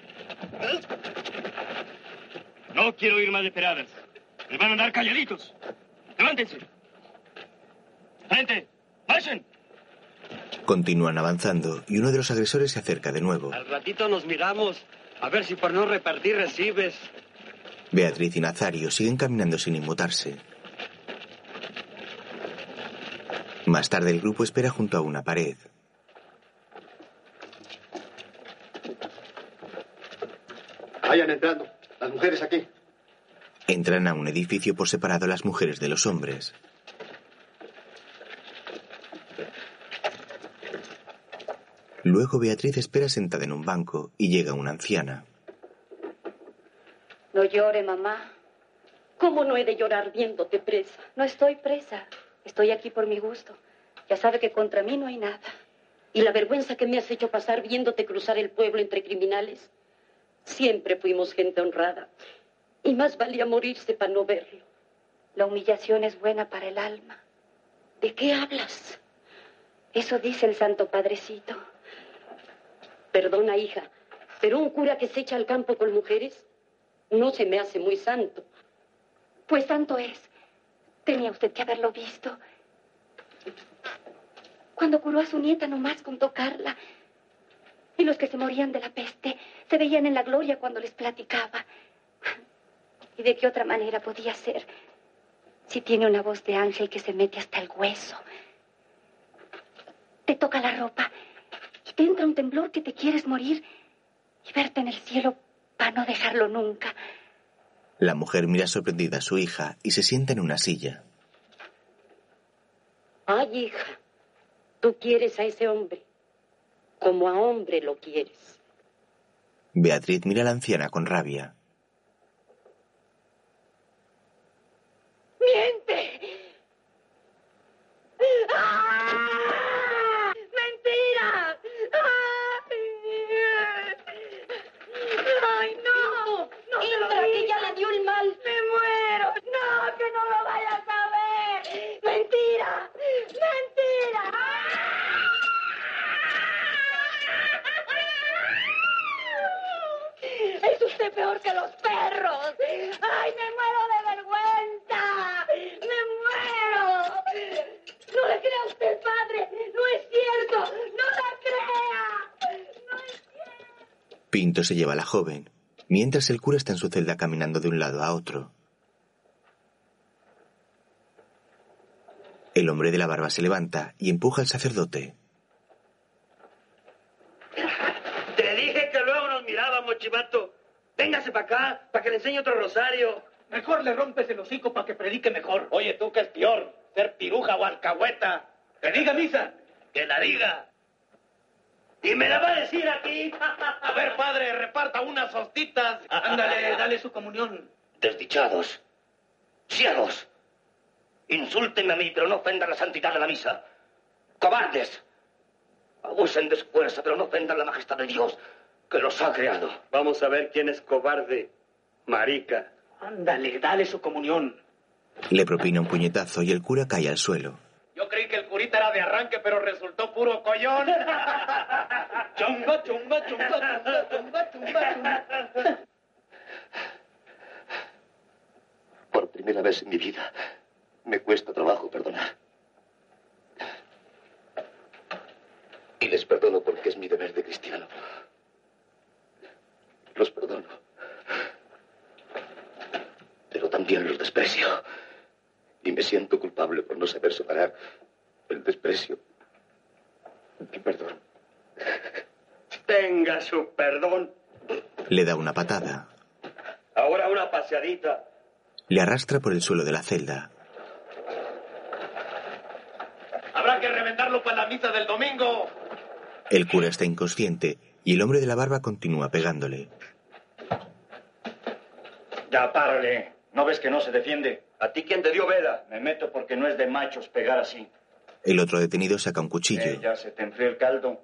No quiero ir más de peradas. Les van a andar calladitos. Levántense. ¡Frente! ¡Marchen! Continúan avanzando y uno de los agresores se acerca de nuevo. Al ratito nos miramos. A ver si por no repartir recibes. Beatriz y Nazario siguen caminando sin inmutarse. Más tarde el grupo espera junto a una pared. Vayan entrando. Las mujeres aquí. Entran a un edificio por separado las mujeres de los hombres. Luego Beatriz espera sentada en un banco y llega una anciana. No llore, mamá. ¿Cómo no he de llorar viéndote presa? No estoy presa. Estoy aquí por mi gusto. Ya sabe que contra mí no hay nada. ¿Y la vergüenza que me has hecho pasar viéndote cruzar el pueblo entre criminales? Siempre fuimos gente honrada. Y más valía morirse para no verlo. La humillación es buena para el alma. ¿De qué hablas? Eso dice el Santo Padrecito. Perdona, hija, pero un cura que se echa al campo con mujeres no se me hace muy santo. Pues santo es. Tenía usted que haberlo visto. Cuando curó a su nieta nomás con tocarla. Y los que se morían de la peste se veían en la gloria cuando les platicaba. ¿Y de qué otra manera podía ser? Si tiene una voz de ángel que se mete hasta el hueso. Te toca la ropa y te entra un temblor que te quieres morir y verte en el cielo para no dejarlo nunca. La mujer mira sorprendida a su hija y se sienta en una silla. Ay, hija, tú quieres a ese hombre como a hombre lo quieres. Beatriz mira a la anciana con rabia. ¡Miente! ¡Ah! ¡Mentira! ¡Ay, no! ¡No te lo Entra, que digas! ya le dio el mal. ¡Me muero! ¡No, que no lo vayas a ver! ¡Mentira! ¡Mentira! ¡Es usted peor que los perros! ¡Ay, me muero de vergüenza! ¡Me muero! ¡No le crea a usted, padre! ¡No es cierto! ¡No la crea! ¡No es cierto! Pinto se lleva a la joven, mientras el cura está en su celda caminando de un lado a otro. El hombre de la barba se levanta y empuja al sacerdote. Te dije que luego nos mirábamos, chivato. Véngase para acá, para que le enseñe otro rosario. Mejor le rompes el hocico para que predique mejor. Oye, ¿tú qué es peor? ¿Ser piruja o alcahueta? Que diga misa. Que la diga. Y me la va a decir aquí. A ver, padre, reparta unas hostitas. Ándale, dale su comunión. Desdichados. Ciegos. Insúltenme a mí, pero no ofendan la santidad de la misa. Cobardes. Abusen de su fuerza, pero no ofendan la majestad de Dios, que los ha creado. Vamos a ver quién es cobarde. Marica. Ándale, dale su comunión. Le propina un puñetazo y el cura cae al suelo. Yo creí que el curita era de arranque, pero resultó puro collón. Chunga, chunga, chunga, chunga, chunga, chunga, chunga. Por primera vez en mi vida, me cuesta trabajo perdonar. Y les perdono porque es mi deber de cristiano. Los perdono. Pero también los desprecio. Y me siento culpable por no saber separar el desprecio del perdón. Tenga su perdón. Le da una patada. Ahora una paseadita. Le arrastra por el suelo de la celda. Habrá que reventarlo para la misa del domingo. El cura está inconsciente y el hombre de la barba continúa pegándole. Ya, párale. ¿No ves que no se defiende? ¿A ti quién te dio veda? Me meto porque no es de machos pegar así. El otro detenido saca un cuchillo. Ya se te enfrió el caldo.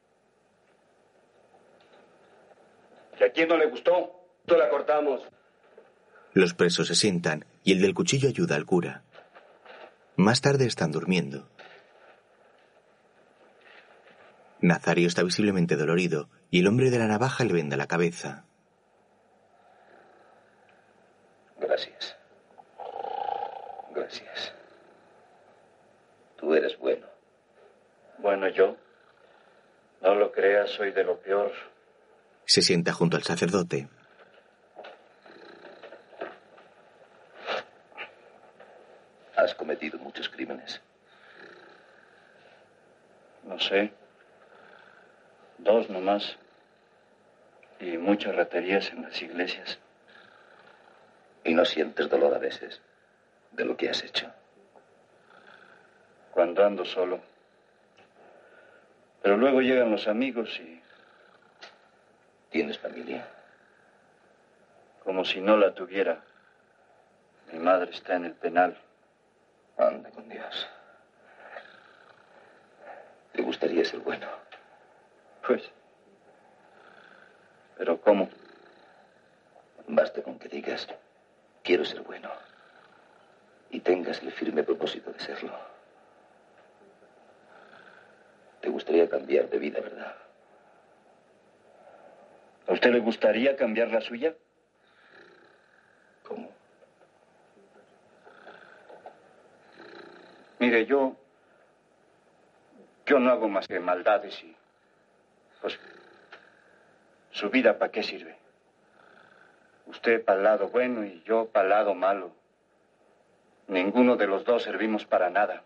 ¿Y a quién no le gustó? Tú la cortamos. Los presos se sientan y el del cuchillo ayuda al cura. Más tarde están durmiendo. Nazario está visiblemente dolorido y el hombre de la navaja le venda la cabeza. Gracias. Gracias. Tú eres bueno. Bueno, yo. No lo creas, soy de lo peor. Se sienta junto al sacerdote. Has cometido muchos crímenes. No sé. 2 nomás. Y muchas raterías en las iglesias. ¿Y no sientes dolor a veces de lo que has hecho? Cuando ando solo. Pero luego llegan los amigos y... ¿Tienes familia? Como si no la tuviera. Mi madre está en el penal. Anda con Dios. ¿Te gustaría ser bueno? Pues... ¿Pero cómo? Basta con que digas, quiero ser bueno. Y tengas el firme propósito de serlo. Te gustaría cambiar de vida, ¿verdad? ¿A usted le gustaría cambiar la suya? ¿Cómo? Mire, yo no hago más que maldades y... Pues, ¿su vida para qué sirve? Usted para el lado bueno y yo para el lado malo. Ninguno de los dos servimos para nada.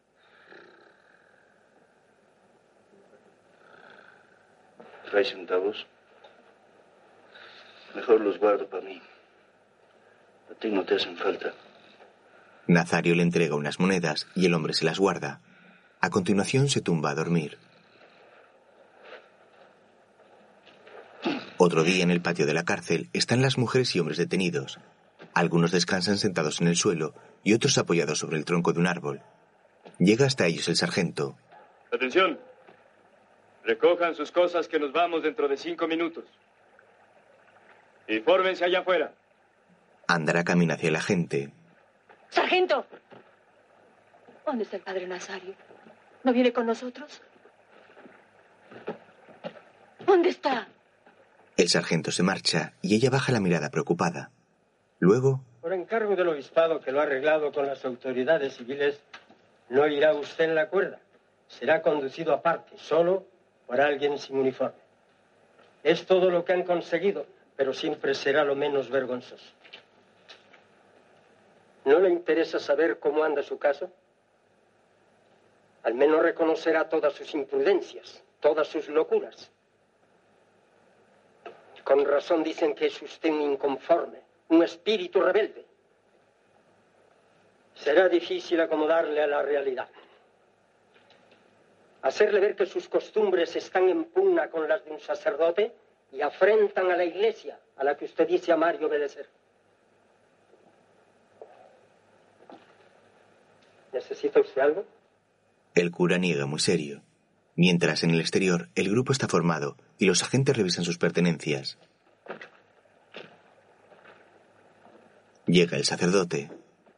¿Trae centavos? Mejor los guardo para mí. A ti no te hacen falta. Nazario le entrega unas monedas y el hombre se las guarda. A continuación se tumba a dormir. Otro día en el patio de la cárcel están las mujeres y hombres detenidos. Algunos descansan sentados en el suelo y otros apoyados sobre el tronco de un árbol. Llega hasta ellos el sargento. Atención. Recojan sus cosas que nos vamos dentro de 5 minutos. Y fórmense allá afuera. Andara camina hacia la gente. ¡Sargento! ¿Dónde está el padre Nazario? ¿No viene con nosotros? ¿Dónde está? El sargento se marcha y ella baja la mirada preocupada. Luego... Por encargo del obispado que lo ha arreglado con las autoridades civiles, no irá usted en la cuerda. Será conducido aparte, solo por alguien sin uniforme. Es todo lo que han conseguido, pero siempre será lo menos vergonzoso. ¿No le interesa saber cómo anda su caso? Al menos reconocerá todas sus imprudencias, todas sus locuras. Con razón dicen que es usted un inconforme, un espíritu rebelde. Será difícil acomodarle a la realidad. Hacerle ver que sus costumbres están en pugna con las de un sacerdote y afrentan a la iglesia a la que usted dice amar y obedecer. ¿Necesita usted algo? El cura niega muy serio. Mientras en el exterior el grupo está formado y los agentes revisan sus pertenencias. Llega el sacerdote.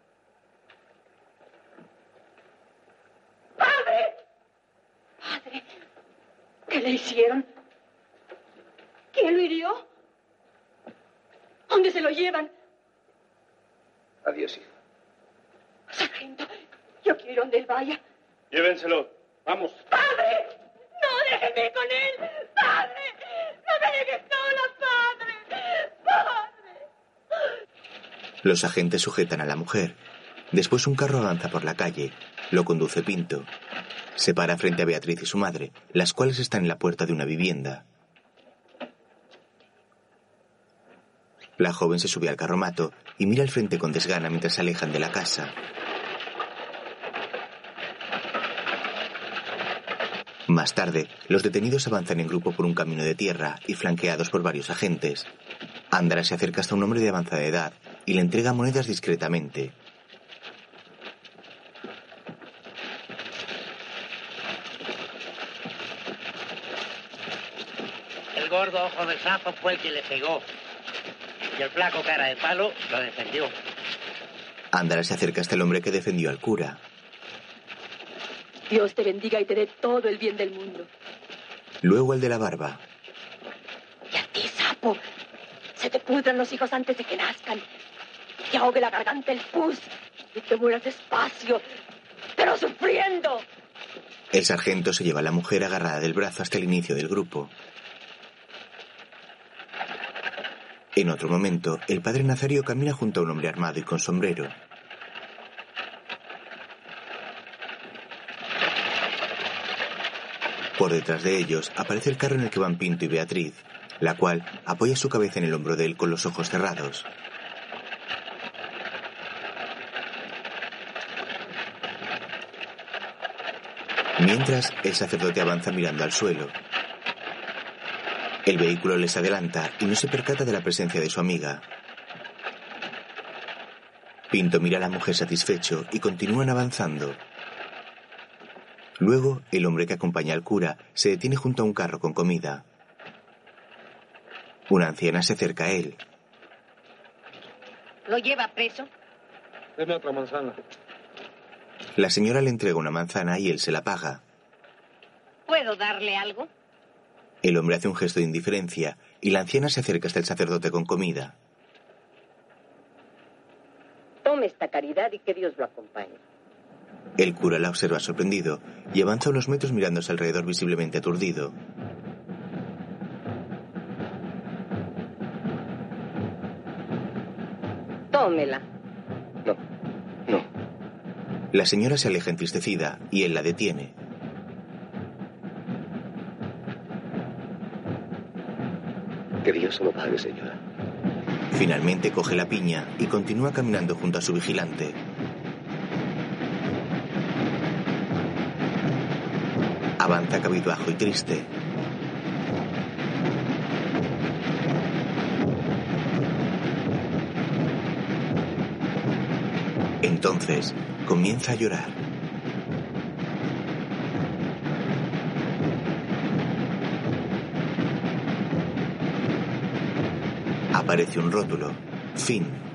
¡Padre! ¡Padre! ¿Qué le hicieron? ¿Quién lo hirió? ¿Dónde se lo llevan? Adiós, hijo. Sargento, yo quiero ir donde él vaya. Llévenselo. Vamos. ¡Padre! ¡No, déjenme con él! ¡Padre! ¡No me dejes sola, padre! ¡Padre! Los agentes sujetan a la mujer. Después un carro avanza por la calle. Lo conduce Pinto. Se para frente a Beatriz y su madre, las cuales están en la puerta de una vivienda. La joven se sube al carromato y mira al frente con desgana mientras se alejan de la casa. Más tarde, los detenidos avanzan en grupo por un camino de tierra y flanqueados por varios agentes. Andara se acerca hasta un hombre de avanzada edad y le entrega monedas discretamente. El gordo ojo de sapo fue el que le pegó. Y el flaco cara de palo lo defendió. Andara se acerca hasta el hombre que defendió al cura. Dios te bendiga y te dé todo el bien del mundo. Luego el de la barba. Y a ti, sapo, se te pudran los hijos antes de que nazcan. Te ahogue la garganta el pus y te mueras despacio, pero sufriendo. El sargento se lleva a la mujer agarrada del brazo hasta el inicio del grupo. En otro momento, el padre Nazario camina junto a un hombre armado y con sombrero. Por detrás de ellos aparece el carro en el que van Pinto y Beatriz, la cual apoya su cabeza en el hombro de él con los ojos cerrados. Mientras, el sacerdote avanza mirando al suelo. El vehículo les adelanta y no se percata de la presencia de su amiga. Pinto mira a la mujer satisfecho y continúan avanzando. Luego, el hombre que acompaña al cura se detiene junto a un carro con comida. Una anciana se acerca a él. ¿Lo lleva preso? Deme otra manzana. La señora le entrega una manzana y él se la paga. ¿Puedo darle algo? El hombre hace un gesto de indiferencia y la anciana se acerca hasta el sacerdote con comida. Tome esta caridad y que Dios lo acompañe. El cura la observa sorprendido y avanza unos metros mirándose alrededor visiblemente aturdido. Tómela. No. La señora se aleja entristecida y él la detiene. Que Dios se lo pague, señora. Finalmente coge la piña y continúa caminando junto a su vigilante. Avanza cabizbajo y triste. Entonces comienza a llorar. Aparece un rótulo. Fin.